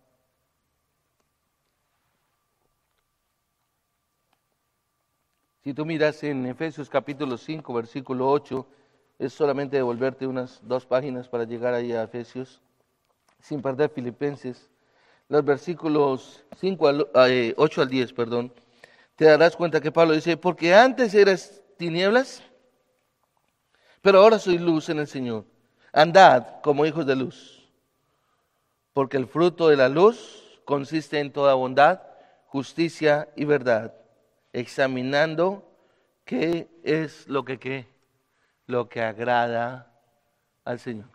Speaker 1: Si tú miras en Efesios capítulo cinco, versículo ocho, es solamente devolverte unas dos páginas para llegar ahí a Efesios, sin perder Filipenses. Los versículos cinco al, eh, ocho al diez, perdón, te darás cuenta que Pablo dice, porque antes eras tinieblas, pero ahora soy luz en el Señor. Andad como hijos de luz, porque el fruto de la luz consiste en toda bondad, justicia y verdad, examinando qué es lo que qué, lo que agrada al Señor.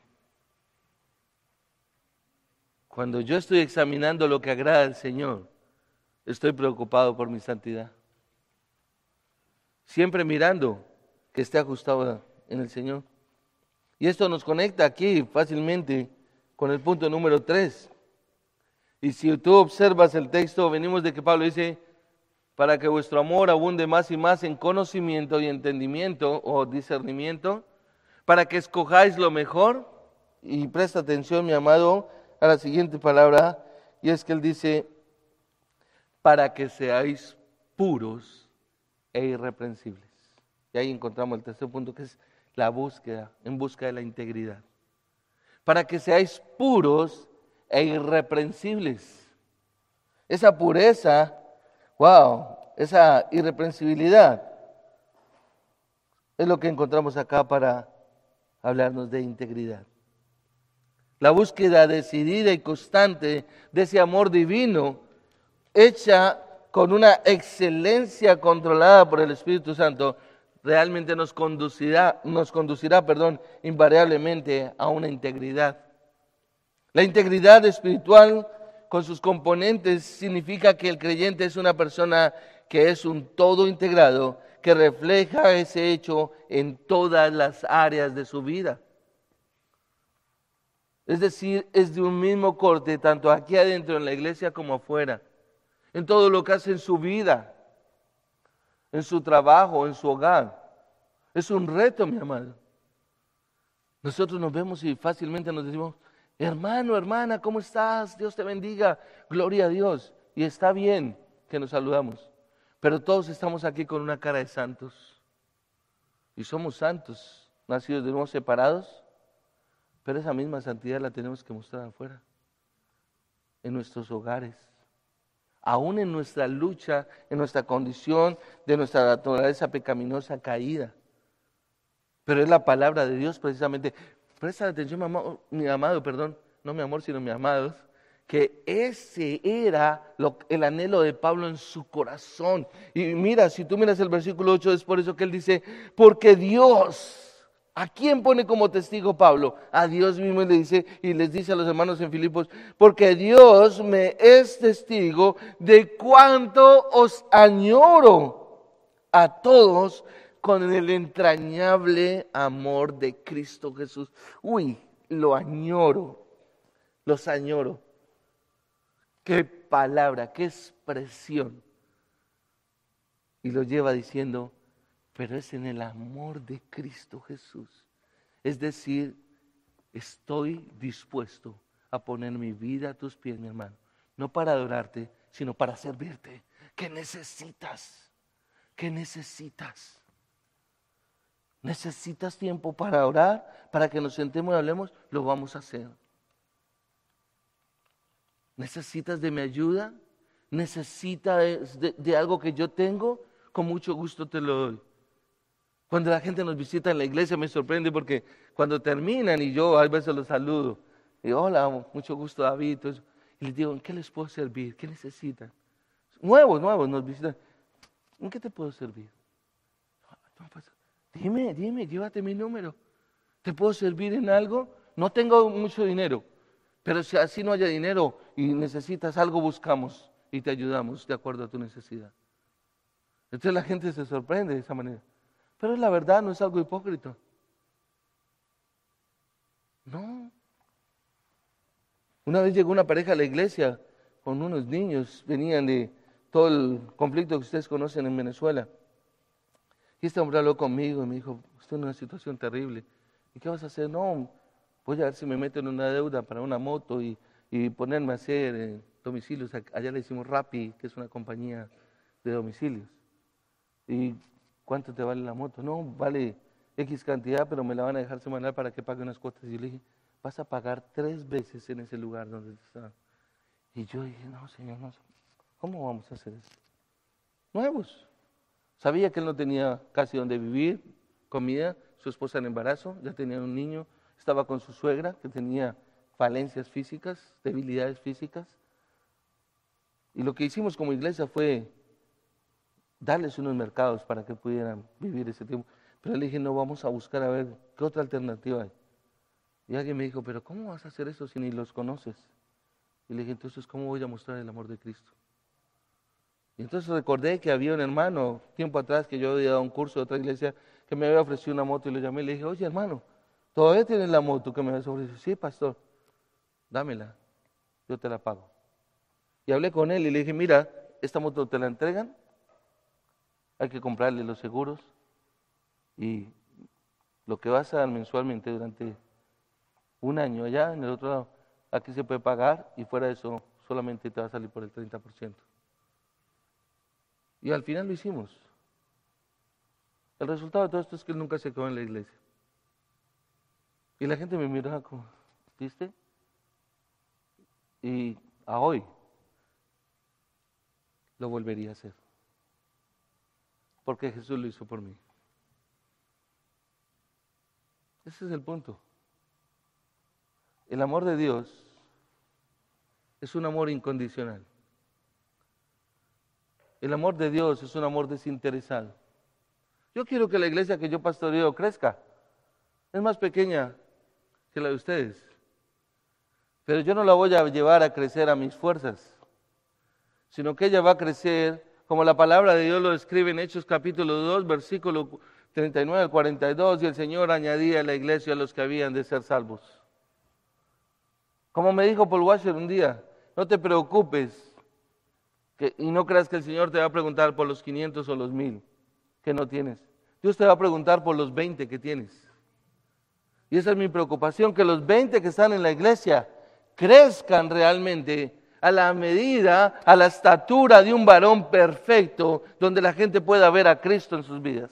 Speaker 1: Cuando yo estoy examinando lo que agrada al Señor, estoy preocupado por mi santidad. Siempre mirando que esté ajustado en el Señor. Y esto nos conecta aquí fácilmente con el punto número tres. Y si tú observas el texto, venimos de que Pablo dice, para que vuestro amor abunde más y más en conocimiento y entendimiento o discernimiento, para que escojáis lo mejor. Y presta atención, mi amado, a la siguiente palabra, y es que él dice, para que seáis puros e irreprensibles. Y ahí encontramos el tercer punto, que es la búsqueda, en busca de la integridad. Para que seáis puros e irreprensibles. Esa pureza, wow, esa irreprensibilidad, es lo que encontramos acá para hablarnos de integridad. La búsqueda decidida y constante de ese amor divino, hecha con una excelencia controlada por el Espíritu Santo, realmente nos conducirá, nos conducirá, perdón, invariablemente a una integridad. La integridad espiritual con sus componentes significa que el creyente es una persona que es un todo integrado, que refleja ese hecho en todas las áreas de su vida. Es decir, es de un mismo corte, tanto aquí adentro en la iglesia como afuera, en todo lo que hace en su vida, en su trabajo, en su hogar. Es un reto, mi amado. Nosotros nos vemos y fácilmente nos decimos, hermano, hermana, ¿cómo estás? Dios te bendiga, gloria a Dios. Y está bien que nos saludamos, pero todos estamos aquí con una cara de santos. Y somos santos, nacidos de nuevo, separados, pero esa misma santidad la tenemos que mostrar afuera, en nuestros hogares, aún en nuestra lucha, en nuestra condición de nuestra naturaleza pecaminosa caída. Pero es la palabra de Dios precisamente. Presta atención, mi amado, mi amado, perdón, no mi amor, sino mi amado, que ese era lo, el anhelo de Pablo en su corazón. Y mira, si tú miras el versículo ocho, es por eso que él dice, porque Dios, ¿a quién pone como testigo Pablo? A Dios mismo, y le dice, y les dice a los hermanos en Filipos, porque Dios me es testigo de cuánto os añoro a todos con el entrañable amor de Cristo Jesús. Uy, lo añoro, los añoro. Qué palabra, qué expresión. Y lo lleva diciendo, pero es en el amor de Cristo Jesús. Es decir, estoy dispuesto a poner mi vida a tus pies, mi hermano. No para adorarte, sino para servirte. ¿Qué necesitas? ¿Qué necesitas? ¿Necesitas tiempo para orar? Para que nos sentemos y hablemos, lo vamos a hacer. ¿Necesitas de mi ayuda? ¿Necesitas de, de, de algo que yo tengo? Con mucho gusto te lo doy. Cuando la gente nos visita en la iglesia me sorprende porque cuando terminan y yo a veces los saludo. Y hola, mucho gusto David. Todo eso, y les digo, ¿en qué les puedo servir? ¿Qué necesitan? Nuevos, nuevos nos visitan. ¿En qué te puedo servir? No, pues, Dime, dime, llévate mi número. ¿Te puedo servir en algo? No tengo mucho dinero, pero si así no haya dinero y necesitas algo, buscamos y te ayudamos de acuerdo a tu necesidad. Entonces la gente se sorprende de esa manera. Pero la verdad, no es algo hipócrita. No. Una vez llegó una pareja a la iglesia con unos niños, venían de todo el conflicto que ustedes conocen en Venezuela. Y este hombre habló conmigo y me dijo, estoy en una situación terrible. ¿Y qué vas a hacer? No, voy a ver si me meto en una deuda para una moto y, y ponerme a hacer eh, domicilios. Allá le hicimos Rappi, que es una compañía de domicilios. ¿Y cuánto te vale la moto? No, vale X cantidad, pero me la van a dejar semanal para que pague unas cuotas. Y yo le dije, vas a pagar tres veces en ese lugar donde está. Y yo dije, no, señor, no, ¿cómo vamos a hacer eso? Nuevos. Sabía que él no tenía casi donde vivir, comida, su esposa en embarazo, ya tenía un niño, estaba con su suegra que tenía falencias físicas, debilidades físicas. Y lo que hicimos como iglesia fue darles unos mercados para que pudieran vivir ese tiempo. Pero le dije, no, vamos a buscar a ver qué otra alternativa hay. Y alguien me dijo, pero ¿cómo vas a hacer eso si ni los conoces? Y le dije, entonces, ¿cómo voy a mostrar el amor de Cristo? Y entonces recordé que había un hermano, tiempo atrás, que yo había dado un curso de otra iglesia, que me había ofrecido una moto y lo llamé y le dije, oye hermano, ¿todavía tienes la moto que me habías ofrecido? Sí, pastor, dámela, yo te la pago. Y hablé con él y le dije, mira, esta moto te la entregan, hay que comprarle los seguros y lo que vas a dar mensualmente durante un año allá, en el otro lado, aquí se puede pagar y fuera de eso solamente te va a salir por el treinta por ciento. Y al final lo hicimos. El resultado de todo esto es que él nunca se quedó en la iglesia. Y la gente me miraba como, ¿viste? Y a hoy lo volvería a hacer. Porque Jesús lo hizo por mí. Ese es el punto. El amor de Dios es un amor incondicional. El amor de Dios es un amor desinteresado. Yo quiero que la iglesia que yo pastoreo crezca. Es más pequeña que la de ustedes. Pero yo no la voy a llevar a crecer a mis fuerzas, sino que ella va a crecer como la palabra de Dios lo describe en Hechos capítulo dos, versículo treinta y nueve al cuarenta y dos, y el Señor añadía a la iglesia a los que habían de ser salvos. Como me dijo Paul Washer un día, no te preocupes que, y no creas que el Señor te va a preguntar por los quinientos o los mil que no tienes. Dios te va a preguntar por los veinte que tienes. Y esa es mi preocupación, que los veinte que están en la iglesia crezcan realmente a la medida, a la estatura de un varón perfecto, donde la gente pueda ver a Cristo en sus vidas.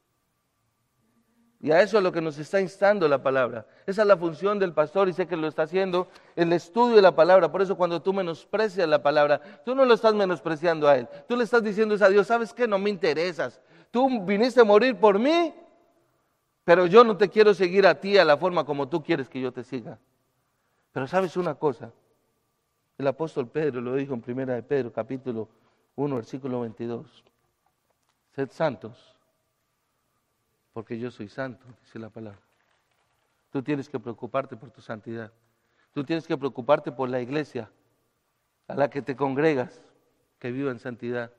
Speaker 1: Y a eso es lo que nos está instando la palabra. Esa es la función del pastor y sé que lo está haciendo, el estudio de la palabra. Por eso cuando tú menosprecias la palabra, tú no lo estás menospreciando a Él. Tú le estás diciendo a Dios, ¿sabes qué? No me interesas. Tú viniste a morir por mí, pero yo no te quiero seguir a ti a la forma como tú quieres que yo te siga. Pero ¿sabes una cosa? El apóstol Pedro lo dijo en primera de Pedro, capítulo uno, versículo veintidós. Sed santos, porque yo soy santo, dice la palabra. Tú tienes que preocuparte por tu santidad. Tú tienes que preocuparte por la iglesia a la que te congregas, que viva en santidad.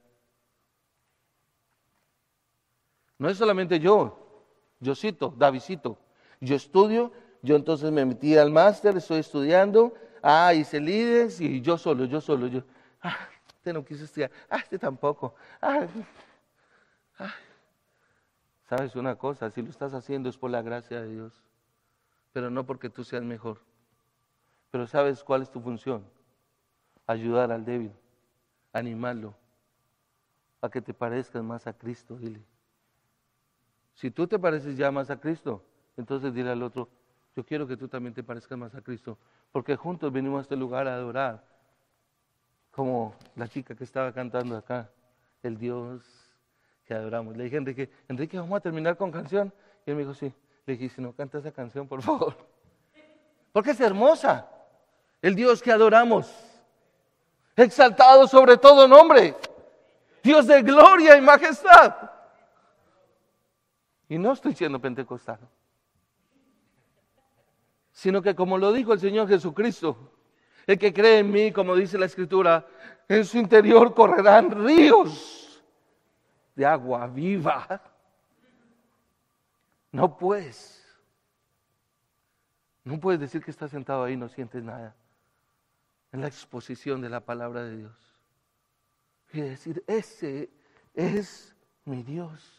Speaker 1: No es solamente yo, yo cito, Davidcito. Yo estudio, yo entonces me metí al máster, estoy estudiando, ah, hice líderes y yo solo, yo solo, yo. Ah, este no quiso estudiar, ah, este tampoco. Ah, ah. ¿Sabes una cosa? Si lo estás haciendo es por la gracia de Dios, pero no porque tú seas mejor. Pero ¿sabes cuál es tu función? Ayudar al débil, animarlo, a que te parezcas más a Cristo, dile. Si tú te pareces ya más a Cristo, entonces dile al otro, yo quiero que tú también te parezcas más a Cristo, porque juntos venimos a este lugar a adorar, como la chica que estaba cantando acá, el Dios que adoramos. Le dije a Enrique, Enrique, ¿vamos a terminar con canción? Y él me dijo, sí. Le dije, si no canta esa canción, por favor. Porque es hermosa. El Dios que adoramos. Exaltado sobre todo nombre. Dios de gloria y majestad. Y no estoy siendo pentecostal. Sino que como lo dijo el Señor Jesucristo, el que cree en mí, como dice la Escritura, en su interior correrán ríos de agua viva. No puedes, no puedes decir que estás sentado ahí y no sientes nada. En la exposición de la palabra de Dios. Y decir, ese es mi Dios.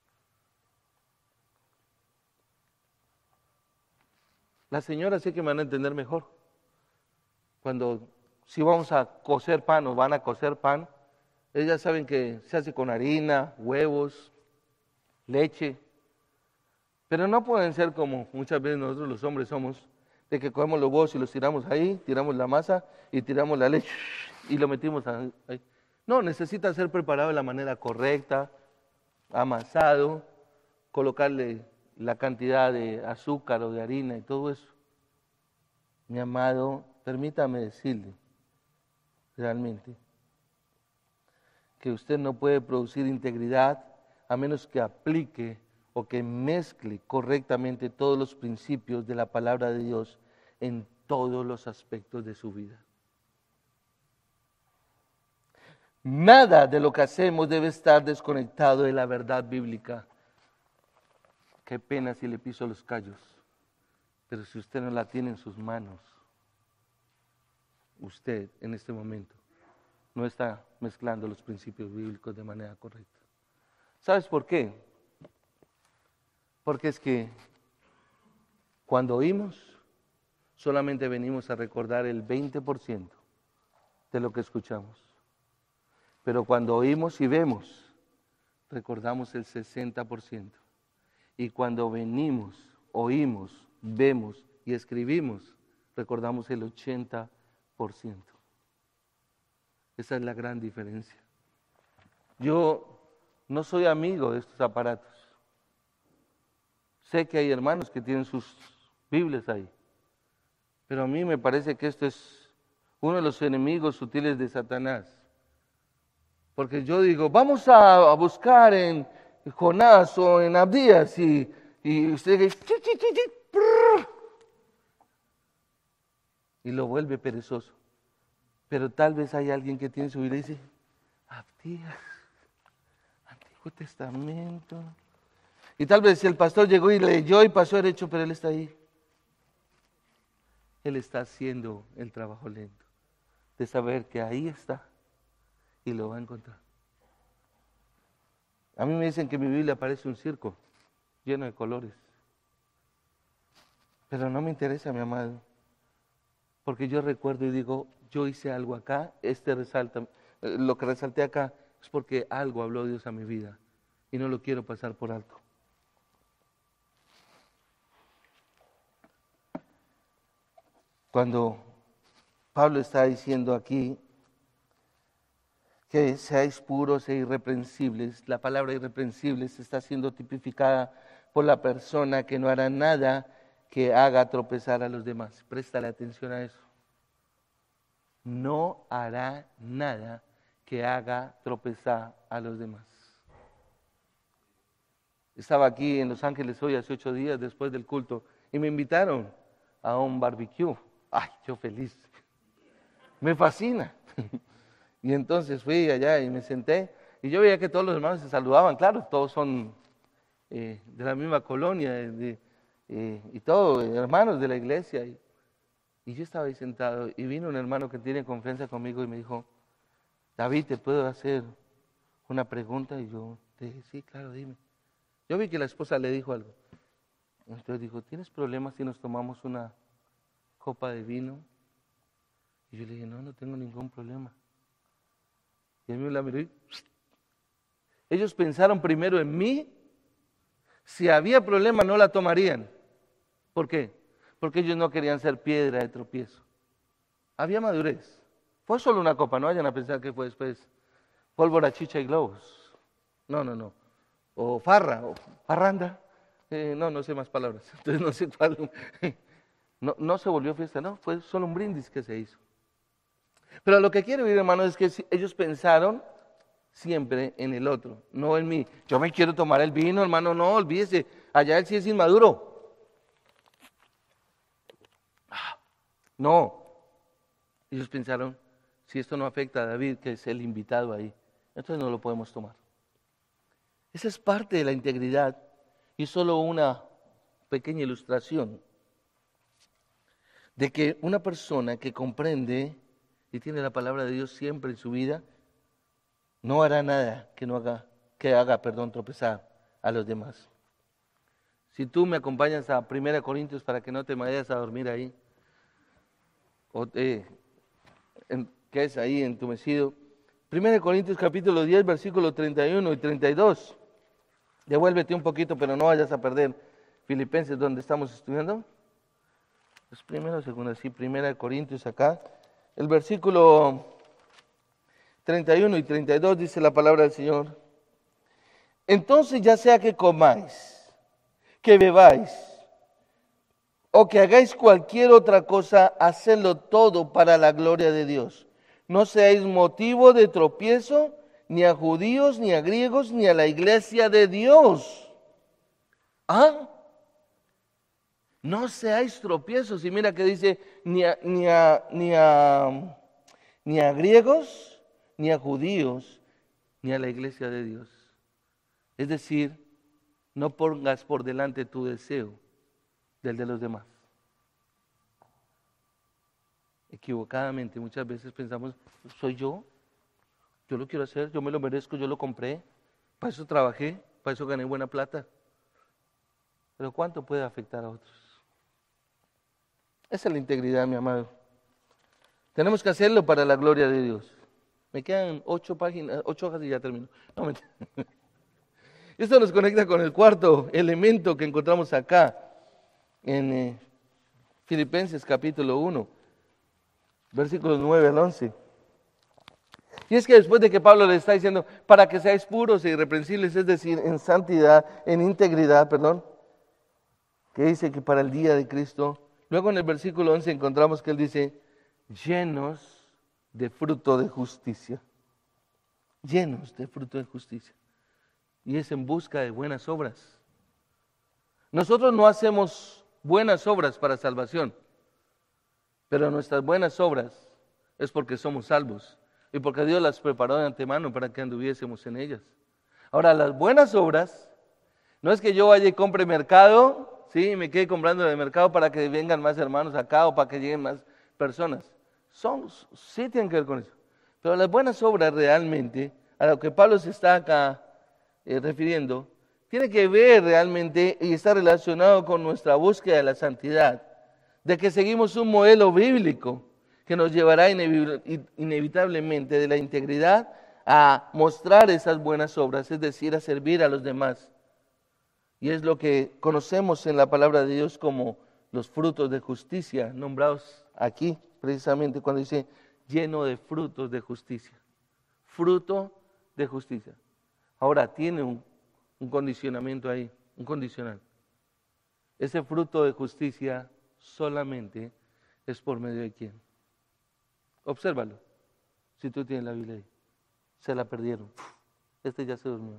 Speaker 1: Las señoras sí que me van a entender mejor. Cuando si vamos a cocer pan o van a cocer pan, ellas saben que se hace con harina, huevos, leche. Pero no pueden ser como muchas veces nosotros los hombres somos, de que cogemos los huevos y los tiramos ahí, tiramos la masa y tiramos la leche y lo metimos ahí. No, necesita ser preparado de la manera correcta, amasado, colocarle la cantidad de azúcar o de harina y todo eso. Mi amado, permítame decirle realmente que usted no puede producir integridad a menos que aplique o que mezcle correctamente todos los principios de la palabra de Dios en todos los aspectos de su vida. Nada de lo que hacemos debe estar desconectado de la verdad bíblica. Qué pena si le piso los callos, pero si usted no la tiene en sus manos, usted en este momento no está mezclando los principios bíblicos de manera correcta. ¿Sabes por qué? Porque es que cuando oímos, solamente venimos a recordar el veinte por ciento de lo que escuchamos. Pero cuando oímos y vemos, recordamos el sesenta por ciento. Y cuando venimos, oímos, vemos y escribimos, recordamos el ochenta por ciento. Esa es la gran diferencia. Yo no soy amigo de estos aparatos. Sé que hay hermanos que tienen sus Biblias ahí, pero a mí me parece que esto es uno de los enemigos sutiles de Satanás. Porque yo digo, vamos a buscar en Jonás o en Abdías y, y usted dice, chi, chi, chi, chi, y lo vuelve perezoso. Pero tal vez hay alguien que tiene su Biblia y dice, Abdías, Antiguo Testamento. Y tal vez si el pastor llegó y leyó y pasó derecho, pero él está ahí. Él está haciendo el trabajo lento, de saber que ahí está y lo va a encontrar. A mí me dicen que mi Biblia parece un circo lleno de colores, pero no me interesa, mi amado, porque yo recuerdo y digo, yo hice algo acá, este resalta, lo que resalté acá es porque algo habló Dios a mi vida y no lo quiero pasar por alto. Cuando Pablo está diciendo aquí que seáis puros e irreprensibles, la palabra irreprensibles está siendo tipificada por la persona que no hará nada que haga tropezar a los demás. Préstale atención a eso. No hará nada que haga tropezar a los demás. Estaba aquí en Los Ángeles hoy hace ocho días después del culto y me invitaron a un barbecue. Ay, yo feliz. Me fascina. Y entonces fui allá y me senté y yo veía que todos los hermanos se saludaban. Claro, todos son eh, de la misma colonia de, de, eh, y todos hermanos de la iglesia. Y, y yo estaba ahí sentado y vino un hermano que tiene confianza conmigo y me dijo, David, ¿te puedo hacer una pregunta? Y yo le dije, sí, claro, dime. Yo vi que la esposa le dijo algo. Entonces dijo, ¿tienes problemas si nos tomamos una copa de vino? Y yo le dije, no, no tengo ningún problema. Y él me la miró y ellos pensaron primero en mí. Si había problema no la tomarían. ¿Por qué? Porque ellos no querían ser piedra de tropiezo. Había madurez. Fue solo una copa, no vayan a pensar que fue después pólvora, chicha y globos. No, no, no. O farra, o parranda. Eh, no, no sé más palabras. Entonces no sé cuál. No, no se volvió fiesta, no. Fue solo un brindis que se hizo. Pero lo que quiero decir, hermano, es que ellos pensaron siempre en el otro, no en mí. Yo me quiero tomar el vino, hermano, no, olvídese. Allá él sí es inmaduro. No. Ellos pensaron, si esto no afecta a David, que es el invitado ahí, entonces no lo podemos tomar. Esa es parte de la integridad y solo una pequeña ilustración de que una persona que comprende y tiene la palabra de Dios siempre en su vida, no hará nada que no haga, que haga, perdón, tropezar a los demás. Si tú me acompañas a primera Corintios para que no te vayas a dormir ahí, o te quedes ahí entumecido, primera Corintios capítulo diez, versículos treinta y uno y treinta y dos. Devuélvete un poquito, pero no vayas a perder Filipenses, donde estamos estudiando. Es primero o segundo, sí, primera Corintios acá. El versículo treinta y uno y treinta y dos dice la palabra del Señor. Entonces ya sea que comáis, que bebáis, o que hagáis cualquier otra cosa, hacedlo todo para la gloria de Dios. No seáis motivo de tropiezo ni a judíos, ni a griegos, ni a la iglesia de Dios. ¿Ah? No seáis tropiezos. Y mira que dice, ni a, ni a, ni a, ni a griegos, ni a judíos, ni a la iglesia de Dios. Es decir, no pongas por delante tu deseo del de los demás. Equivocadamente, muchas veces pensamos, soy yo, yo lo quiero hacer, yo me lo merezco, yo lo compré, para eso trabajé, para eso gané buena plata. Pero ¿cuánto puede afectar a otros? Esa es la integridad, mi amado. Tenemos que hacerlo para la gloria de Dios. Me quedan ocho páginas, ocho hojas y ya termino. No, mentira. Esto nos conecta con el cuarto elemento que encontramos acá en eh, Filipenses capítulo uno, versículos nueve al once. Y es que después de que Pablo le está diciendo, para que seáis puros e irreprensibles, es decir, en santidad, en integridad, perdón, que dice que para el día de Cristo, luego en el versículo once encontramos que él dice, llenos de fruto de justicia, llenos de fruto de justicia. Y es en busca de buenas obras. Nosotros no hacemos buenas obras para salvación, pero nuestras buenas obras es porque somos salvos y porque Dios las preparó de antemano para que anduviésemos en ellas. Ahora, las buenas obras no es que yo vaya y compre mercado, ¿sí? Me quedé comprando en el mercado para que vengan más hermanos acá o para que lleguen más personas. Son, sí tienen que ver con eso. Pero las buenas obras realmente, a lo que Pablo se está acá eh, refiriendo, tiene que ver realmente y está relacionado con nuestra búsqueda de la santidad, de que seguimos un modelo bíblico que nos llevará inevitablemente de la integridad a mostrar esas buenas obras, es decir, a servir a los demás. Y es lo que conocemos en la palabra de Dios como los frutos de justicia, nombrados aquí precisamente cuando dice lleno de frutos de justicia. Fruto de justicia. Ahora tiene un, un condicionamiento ahí, un condicional. Ese fruto de justicia solamente es por medio de quién. Obsérvalo, si tú tienes la Biblia ahí. Se la perdieron. Este ya se durmió.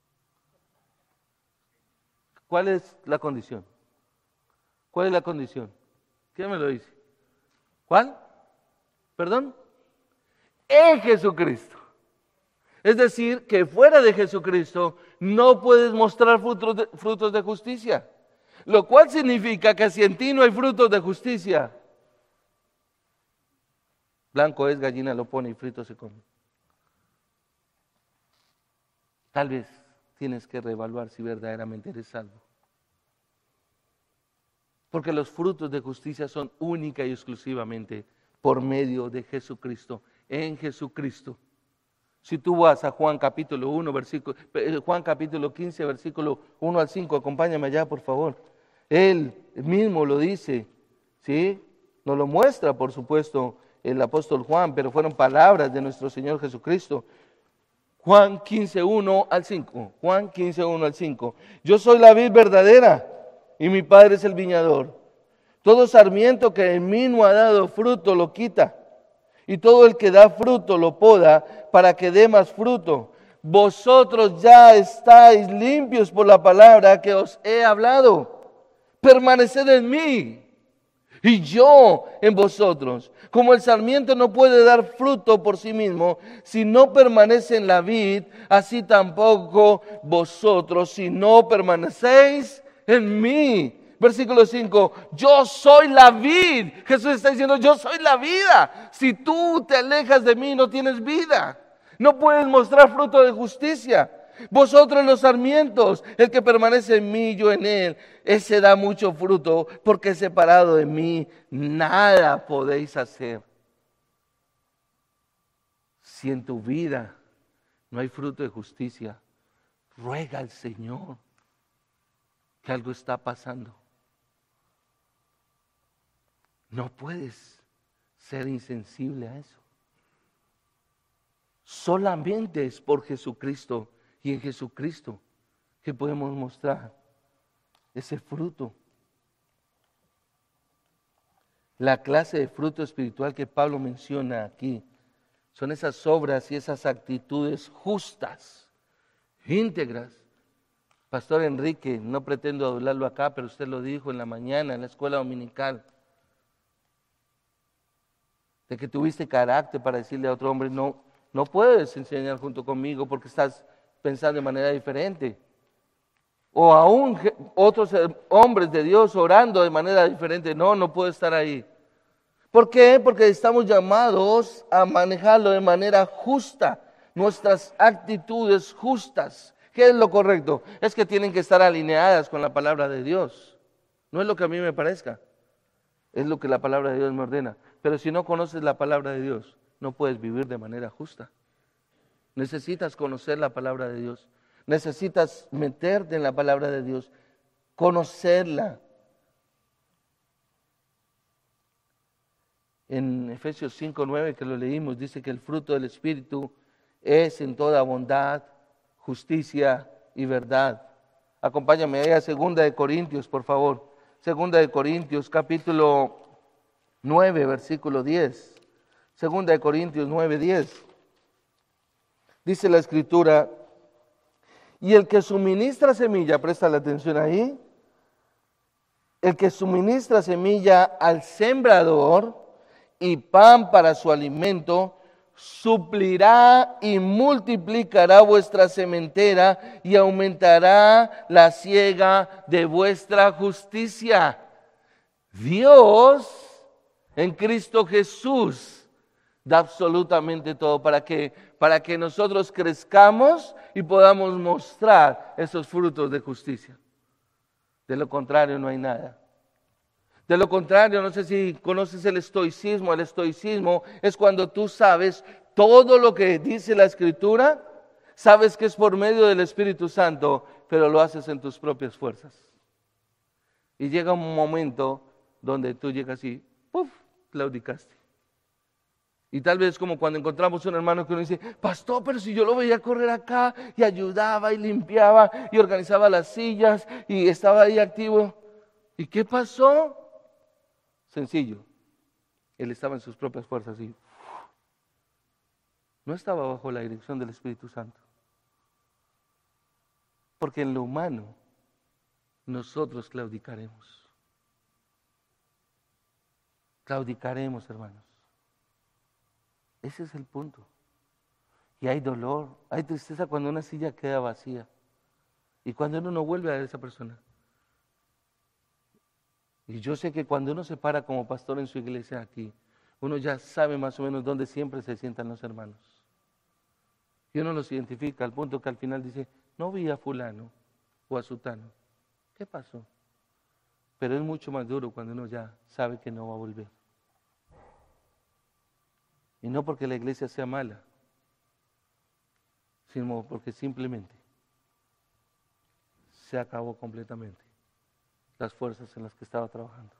Speaker 1: ¿Cuál es la condición? ¿Cuál es la condición? ¿Quién me lo dice? ¿Cuál? ¿Perdón? En Jesucristo. Es decir, que fuera de Jesucristo no puedes mostrar frutos de, frutos de justicia. Lo cual significa que si en ti no hay frutos de justicia, blanco es, gallina lo pone y frito se come. Tal vez tienes que reevaluar si verdaderamente eres salvo. Porque los frutos de justicia son única y exclusivamente por medio de Jesucristo, en Jesucristo. Si tú vas a Juan capítulo uno, versículo, Juan capítulo quince, versículo uno al cinco, acompáñame allá, por favor. Él mismo lo dice, ¿sí? Nos lo muestra, por supuesto, el apóstol Juan, pero fueron palabras de nuestro Señor Jesucristo. Juan quince, uno al cinco. Juan quince, uno al cinco. Yo soy la vid verdadera y mi Padre es el viñador. Todo sarmiento que en mí no ha dado fruto lo quita, y todo el que da fruto lo poda para que dé más fruto. Vosotros ya estáis limpios por la palabra que os he hablado. Permaneced en mí y yo en vosotros. Como el sarmiento no puede dar fruto por sí mismo si no permanece en la vid, así tampoco vosotros si no permanecéis en mí. Versículo cinco, yo soy la vid. Jesús está diciendo, yo soy la vida. Si tú te alejas de mí, no tienes vida. No puedes mostrar fruto de justicia. Vosotros los sarmientos, el que permanece en mí, yo en él, ese da mucho fruto, porque separado de mí, nada podéis hacer. Si en tu vida no hay fruto de justicia, ruega al Señor que algo está pasando. No puedes ser insensible a eso. Solamente es por Jesucristo y en Jesucristo que podemos mostrar ese fruto. La clase de fruto espiritual que Pablo menciona aquí son esas obras y esas actitudes justas, íntegras. Pastor Enrique, no pretendo hablarlo acá, pero usted lo dijo en la mañana en la escuela dominical, de que tuviste carácter para decirle a otro hombre, no, no puedes enseñar junto conmigo porque estás pensando de manera diferente. O aún otros hombres de Dios orando de manera diferente, no, no puedo estar ahí. ¿Por qué? Porque estamos llamados a manejarlo de manera justa, nuestras actitudes justas. ¿Qué es lo correcto? Es que tienen que estar alineadas con la palabra de Dios. No es lo que a mí me parezca, es lo que la palabra de Dios me ordena. Pero si no conoces la palabra de Dios, no puedes vivir de manera justa. Necesitas conocer la palabra de Dios. Necesitas meterte en la palabra de Dios, conocerla. En Efesios cinco nueve, que lo leímos, dice que el fruto del Espíritu es en toda bondad, justicia y verdad. Acompáñame ahí a Segunda de Corintios, por favor. Segunda de Corintios, capítulo nueve, versículo diez. Segunda de Corintios nueve, diez. Dice la Escritura, y el que suministra semilla, presta la atención ahí, el que suministra semilla al sembrador y pan para su alimento, suplirá y multiplicará vuestra sementera y aumentará la siega de vuestra justicia. Dios en Cristo Jesús da absolutamente todo para que, para que nosotros crezcamos y podamos mostrar esos frutos de justicia. De lo contrario no hay nada. De lo contrario, no sé si conoces el estoicismo. El estoicismo es cuando tú sabes todo lo que dice la Escritura, sabes que es por medio del Espíritu Santo, pero lo haces en tus propias fuerzas. Y llega un momento donde tú llegas y ¡puf!, claudicaste. Y tal vez como cuando encontramos un hermano que uno dice, pastor, pero si yo lo veía correr acá y ayudaba y limpiaba y organizaba las sillas y estaba ahí activo. ¿Y qué pasó? Sencillo, él estaba en sus propias fuerzas y no estaba bajo la dirección del Espíritu Santo. Porque en lo humano nosotros claudicaremos. Claudicaremos, hermanos. Ese es el punto. Y hay dolor, hay tristeza cuando una silla queda vacía y cuando uno no vuelve a ver a esa persona. Y yo sé que cuando uno se para como pastor en su iglesia aquí, uno ya sabe más o menos dónde siempre se sientan los hermanos. Y uno los identifica al punto que al final dice, no vi a fulano o a sutano. ¿Qué pasó? Pero es mucho más duro cuando uno ya sabe que no va a volver. Y no porque la iglesia sea mala, sino porque simplemente se acabó completamente las fuerzas en las que estaba trabajando.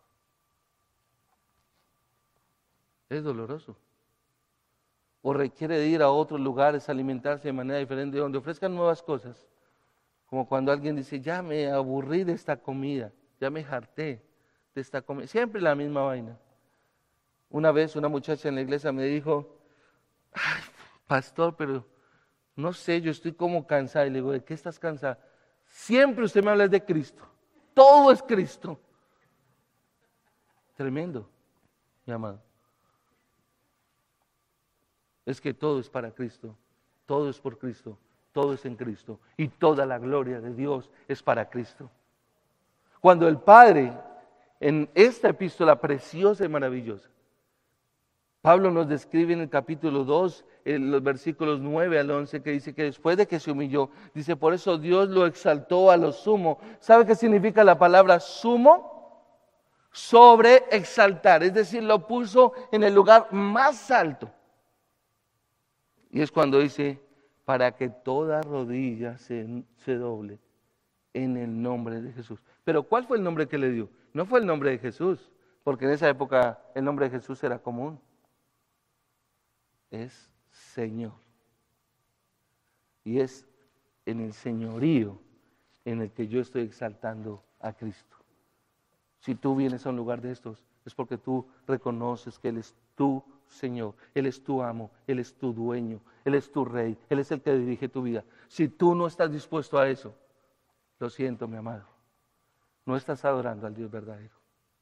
Speaker 1: Es doloroso. O requiere de ir a otros lugares, alimentarse de manera diferente, donde ofrezcan nuevas cosas. Como cuando alguien dice, ya me aburrí de esta comida, ya me harté de esta comida. Siempre la misma vaina. Una vez una muchacha en la iglesia me dijo, ay, pastor, pero no sé, yo estoy como cansada. Y le digo, ¿de qué estás cansada? Siempre usted me habla de Cristo. Todo es Cristo. Tremendo, mi amado. Es que todo es para Cristo, todo es por Cristo, todo es en Cristo y toda la gloria de Dios es para Cristo. Cuando el Padre, en esta epístola preciosa y maravillosa, Pablo nos describe en el capítulo dos, en los versículos nueve al once, que dice que después de que se humilló, dice, por eso Dios lo exaltó a lo sumo. ¿Sabe qué significa la palabra sumo? Sobre exaltar, es decir, lo puso en el lugar más alto. Y es cuando dice, para que toda rodilla se, se doble en el nombre de Jesús. Pero ¿cuál fue el nombre que le dio? No fue el nombre de Jesús, porque en esa época el nombre de Jesús era común. Es Señor. Y es en el señorío en el que yo estoy exaltando a Cristo. Si tú vienes a un lugar de estos, es porque tú reconoces que Él es tu Señor, Él es tu amo, Él es tu dueño, Él es tu rey, Él es el que dirige tu vida. Si tú no estás dispuesto a eso, lo siento, mi amado, no estás adorando al Dios verdadero.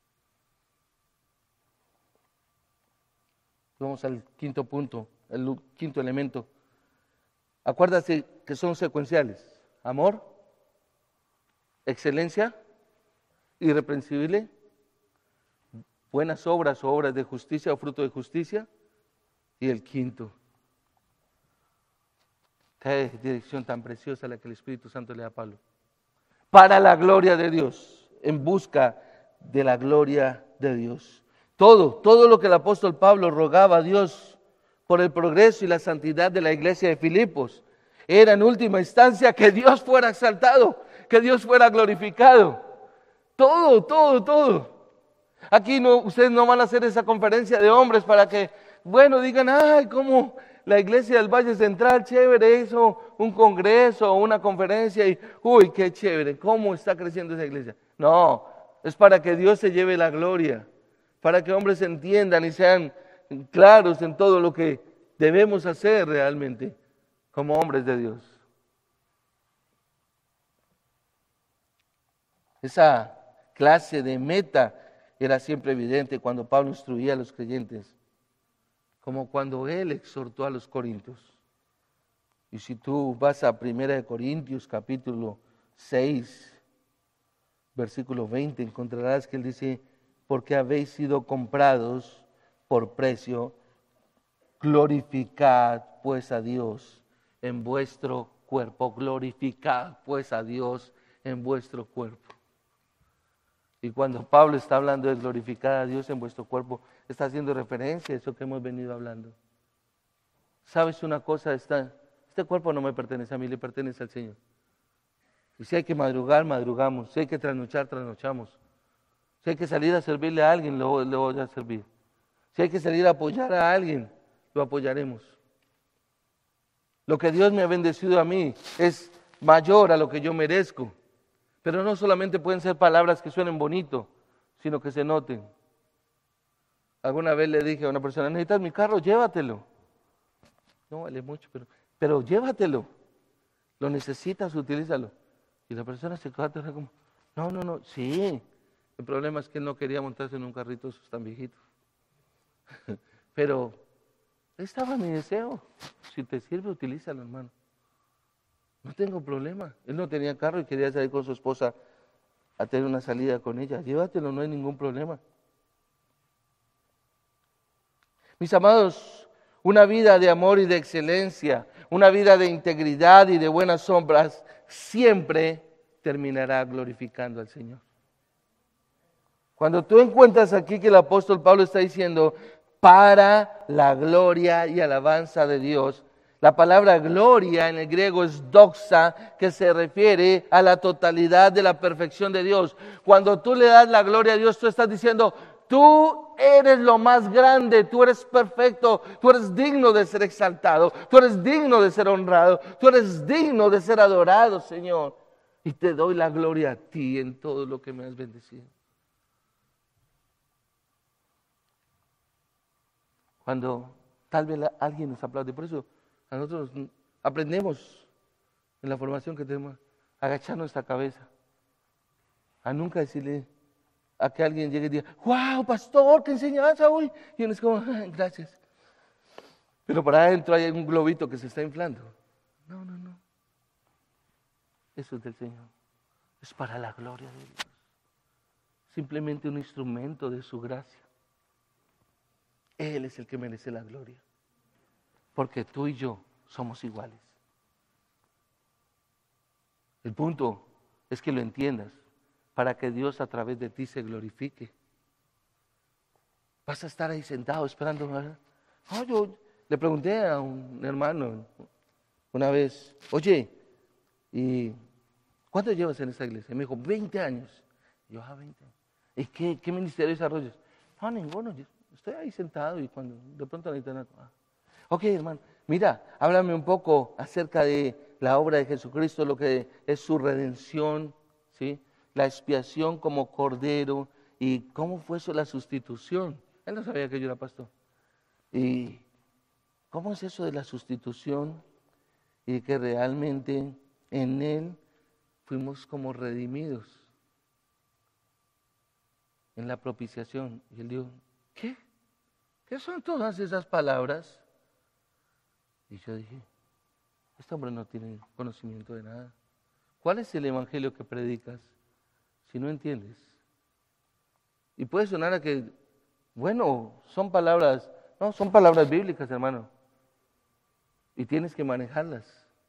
Speaker 1: Vamos al quinto punto, el quinto elemento. Acuérdate que son secuenciales. Amor, excelencia, irreprensible, buenas obras o obras de justicia o fruto de justicia. Y el quinto, qué dirección tan preciosa la que el Espíritu Santo le da a Pablo. Para la gloria de Dios, en busca de la gloria de Dios. Todo, todo lo que el apóstol Pablo rogaba a Dios por el progreso y la santidad de la iglesia de Filipos, era en última instancia que Dios fuera exaltado, que Dios fuera glorificado. Todo, todo, todo. Aquí no, ustedes no van a hacer esa conferencia de hombres para que, bueno, digan, ay, cómo la iglesia del Valle Central, chévere, hizo un congreso o una conferencia y, uy, qué chévere, cómo está creciendo esa iglesia. No, es para que Dios se lleve la gloria, para que hombres entiendan y sean claros en todo lo que debemos hacer realmente como hombres de Dios. Esa clase de meta era siempre evidente cuando Pablo instruía a los creyentes. como cuando él exhortó a los corintios. Y si tú vas a Primera de Corintios, capítulo seis, versículo veinte, encontrarás que él dice, porque habéis sido comprados por precio, glorificad pues a Dios en vuestro cuerpo, glorificad pues a Dios en vuestro cuerpo. Y cuando Pablo está hablando de glorificar a Dios en vuestro cuerpo, está haciendo referencia a eso que hemos venido hablando. ¿Sabes una cosa? Esta, este cuerpo no me pertenece a mí, le pertenece al Señor. Y si hay que madrugar, madrugamos. Si hay que trasnochar, trasnochamos. Si hay que salir a servirle a alguien, lo, lo voy a servir. Si hay que salir a apoyar a alguien, lo apoyaremos. Lo que Dios me ha bendecido a mí es mayor a lo que yo merezco. Pero no solamente pueden ser palabras que suenen bonito, sino que se noten. Alguna vez le dije a una persona, necesitas mi carro, llévatelo. No vale mucho, pero, pero llévatelo. Lo necesitas, utilízalo. Y la persona se quedó como, no, no, no, sí. El problema es que él no quería montarse en un carrito esos tan viejitos. Pero estaba mi deseo. Si te sirve, utilízalo, hermano. No tengo problema. Él no tenía carro y quería salir con su esposa a tener una salida con ella. Llévatelo, no hay ningún problema. Mis amados, una vida de amor y de excelencia, una vida de integridad y de buenas obras, siempre terminará glorificando al Señor. Cuando tú encuentras aquí que el apóstol Pablo está diciendo, para la gloria y alabanza de Dios, la palabra gloria en el griego es doxa, que se refiere a la totalidad de la perfección de Dios. Cuando tú le das la gloria a Dios, tú estás diciendo, tú eres lo más grande, tú eres perfecto, tú eres digno de ser exaltado, tú eres digno de ser honrado, tú eres digno de ser adorado, Señor. Y te doy la gloria a ti en todo lo que me has bendecido. Cuando tal vez alguien nos aplaude, por eso a nosotros aprendemos en la formación que tenemos a agachar nuestra cabeza, a nunca decirle a que alguien llegue y diga, wow, pastor, qué enseñanza hoy. Y uno es como, gracias. Pero para adentro hay un globito que se está inflando. No, no, no. Eso es del Señor. Es para la gloria de Dios. Simplemente un instrumento de su gracia. Él es el que merece la gloria. Porque tú y yo somos iguales. El punto es que lo entiendas para que Dios a través de ti se glorifique. Vas a estar ahí sentado esperando. Oh, yo le pregunté a un hermano una vez, oye, ¿y cuánto llevas en esta iglesia? Y me dijo, veinte años. Y yo, ah, veinte años. ¿Y qué, qué ministerio desarrollas? No, ninguno. Yo estoy ahí sentado y cuando de pronto necesitan algo. Ah. Ok, hermano, mira, háblame un poco acerca de la obra de Jesucristo, lo que es su redención, ¿sí? La expiación como cordero y cómo fue eso la sustitución. Él no sabía que yo era pastor. Y cómo es eso de la sustitución y que realmente en él fuimos como redimidos en la propiciación. Y él dijo, ¿qué? ¿Qué son todas esas palabras? Y yo dije, este hombre no tiene conocimiento de nada. ¿Cuál es el evangelio que predicas si no entiendes? Y puede sonar a que, bueno, son palabras, no, son palabras bíblicas, hermano. Y tienes que manejarlas.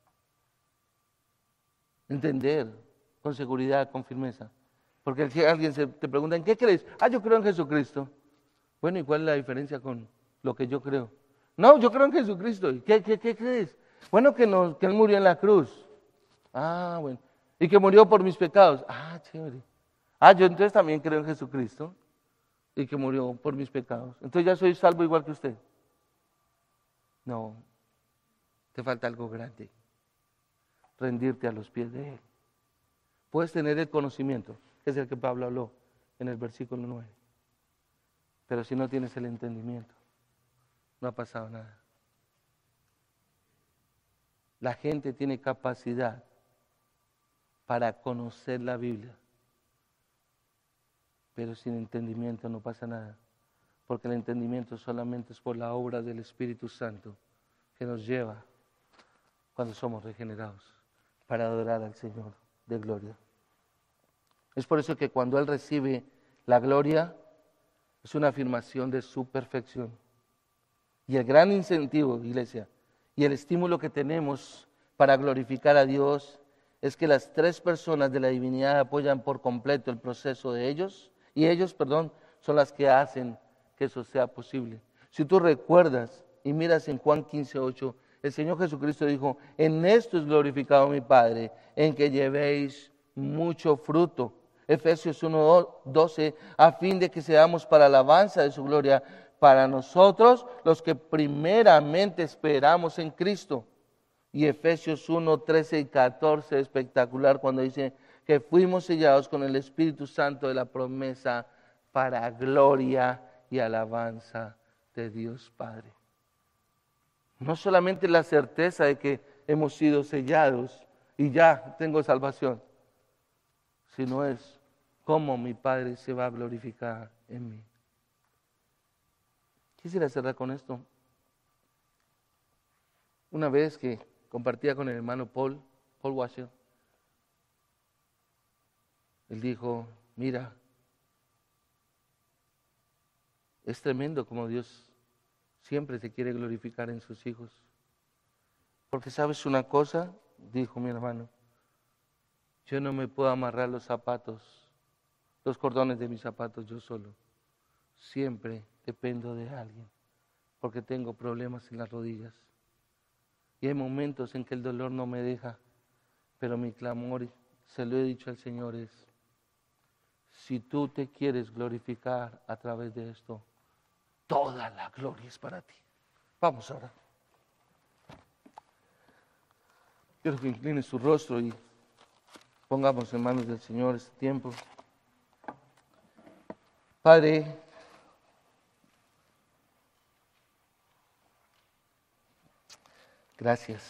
Speaker 1: Entender con seguridad, con firmeza. Porque si alguien se te pregunta, ¿en qué crees? Ah, yo creo en Jesucristo. Bueno, ¿y cuál es la diferencia con lo que yo creo? No, yo creo en Jesucristo. ¿Y qué, qué, qué crees? Bueno, que, no, que Él murió en la cruz. Ah, bueno. Y que murió por mis pecados. Ah, chévere. Ah, yo entonces también creo en Jesucristo. Y que murió por mis pecados. Entonces ya soy salvo igual que usted. No, te falta algo grande. Rendirte a los pies de Él. Puedes tener el conocimiento, que es el que Pablo habló en el versículo nueve. Pero si no tienes el entendimiento, no ha pasado nada. La gente tiene capacidad para conocer la Biblia, pero sin entendimiento no pasa nada. porque el entendimiento solamente es por la obra del Espíritu Santo que nos lleva cuando somos regenerados para adorar al Señor de gloria. Es por eso que cuando Él recibe la gloria, es una afirmación de su perfección. Y el gran incentivo, iglesia, y el estímulo que tenemos para glorificar a Dios es que las tres personas de la divinidad apoyan por completo el proceso de ellos, y ellos, perdón, son las que hacen que eso sea posible. Si tú recuerdas y miras en Juan quince ocho, el Señor Jesucristo dijo: en esto es glorificado mi Padre, en que llevéis mucho fruto. Efesios uno doce, a fin de que seamos para alabanza de su gloria, para nosotros los que primeramente esperamos en Cristo. Y Efesios uno trece y catorce, espectacular, cuando dice que fuimos sellados con el Espíritu Santo de la promesa para gloria y alabanza de Dios Padre. No solamente la certeza de que hemos sido sellados y ya tengo salvación, sino es cómo mi Padre se va a glorificar en mí. Quisiera cerrar con esto. Una vez que compartía con el hermano Paul, Paul Washer, él dijo: mira, es tremendo como Dios siempre te quiere glorificar en sus hijos. Porque sabes una cosa, dijo mi hermano, yo no me puedo amarrar los zapatos, los cordones de mis zapatos yo solo. Siempre dependo de alguien, porque tengo problemas en las rodillas. Y hay momentos en que el dolor no me deja, pero mi clamor, se lo he dicho al Señor, es: si tú te quieres glorificar a través de esto, toda la gloria es para ti. Vamos ahora. Quiero que incline su rostro y pongamos en manos del Señor este tiempo. Padre, gracias.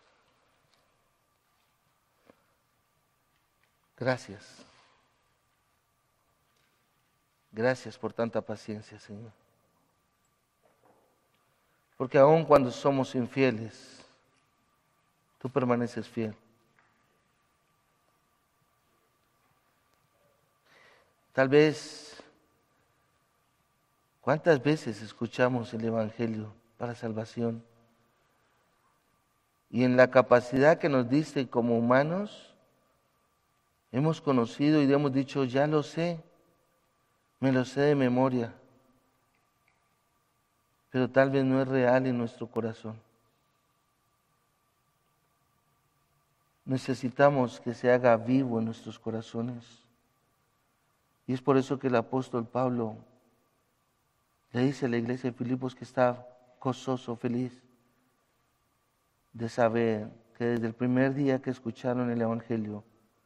Speaker 1: Gracias. Gracias por tanta paciencia, Señor. Porque aun cuando somos infieles, tú permaneces fiel. Tal vez, ¿cuántas veces escuchamos el Evangelio para salvación? Y en la capacidad que nos diste como humanos, hemos conocido y hemos dicho: ya lo sé, me lo sé de memoria. Pero tal vez no es real en nuestro corazón. Necesitamos que se haga vivo en nuestros corazones. Y es por eso que el apóstol Pablo le dice a la iglesia de Filipos que está gozoso, feliz, de saber que desde el primer día que escucharon el Evangelio,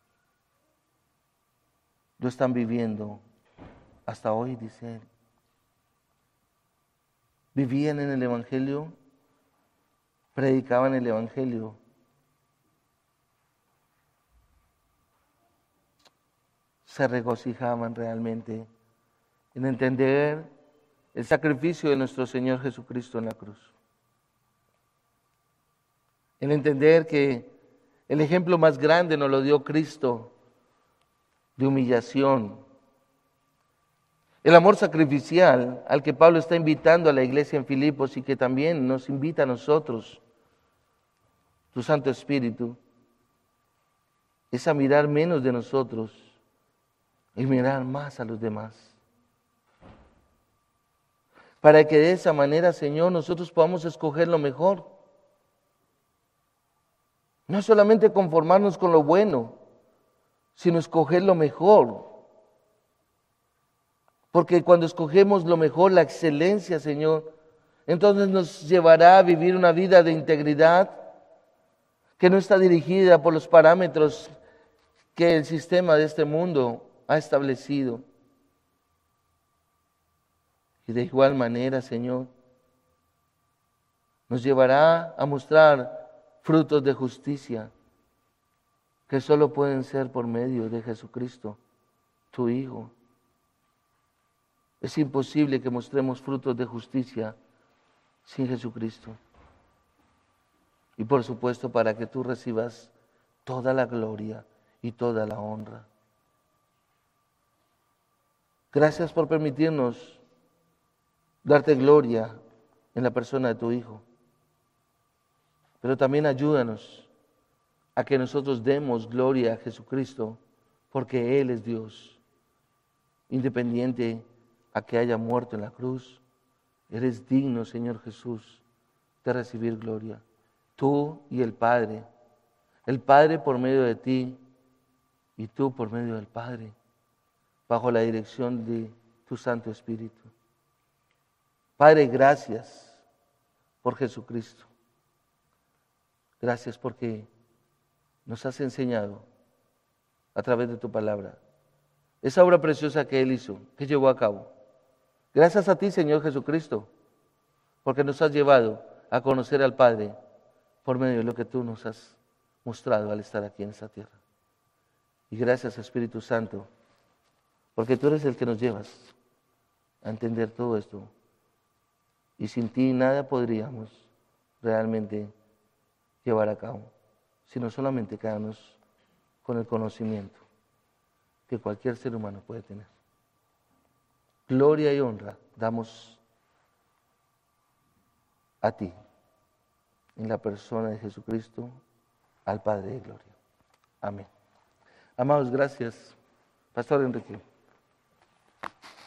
Speaker 1: lo están viviendo hasta hoy, dice él. Vivían en el Evangelio, predicaban el Evangelio. Se regocijaban realmente en entender el sacrificio de nuestro Señor Jesucristo en la cruz. En entender que el ejemplo más grande nos lo dio Cristo de humillación. El amor sacrificial al que Pablo está invitando a la iglesia en Filipos y que también nos invita a nosotros, tu Santo Espíritu, es a mirar menos de nosotros y mirar más a los demás. Para que de esa manera, Señor, nosotros podamos escoger lo mejor. No solamente conformarnos con lo bueno, sino escoger lo mejor. Porque cuando escogemos lo mejor, la excelencia, Señor, entonces nos llevará a vivir una vida de integridad que no está dirigida por los parámetros que el sistema de este mundo ha establecido. Y de igual manera, Señor, nos llevará a mostrar frutos de justicia que solo pueden ser por medio de Jesucristo, tu Hijo. Es imposible que mostremos frutos de justicia sin Jesucristo. Y por supuesto, para que tú recibas toda la gloria y toda la honra. Gracias por permitirnos darte gloria en la persona de tu Hijo. Pero también ayúdanos a que nosotros demos gloria a Jesucristo, porque Él es Dios. Independiente a que haya muerto en la cruz, eres digno, Señor Jesús, de recibir gloria. Tú y el Padre, el Padre por medio de ti y tú por medio del Padre, bajo la dirección de tu Santo Espíritu. Padre, gracias por Jesucristo. Gracias porque nos has enseñado a través de tu palabra esa obra preciosa que Él hizo, que llevó a cabo. Gracias a ti, Señor Jesucristo, porque nos has llevado a conocer al Padre por medio de lo que tú nos has mostrado al estar aquí en esta tierra. Y gracias, Espíritu Santo, porque tú eres el que nos llevas a entender todo esto. Y sin ti nada podríamos realmente llevar a cabo, sino solamente quedarnos con el conocimiento que cualquier ser humano puede tener. Gloria y honra damos a ti, en la persona de Jesucristo, al Padre de gloria. Amén. Amados, gracias. Pastor Enrique.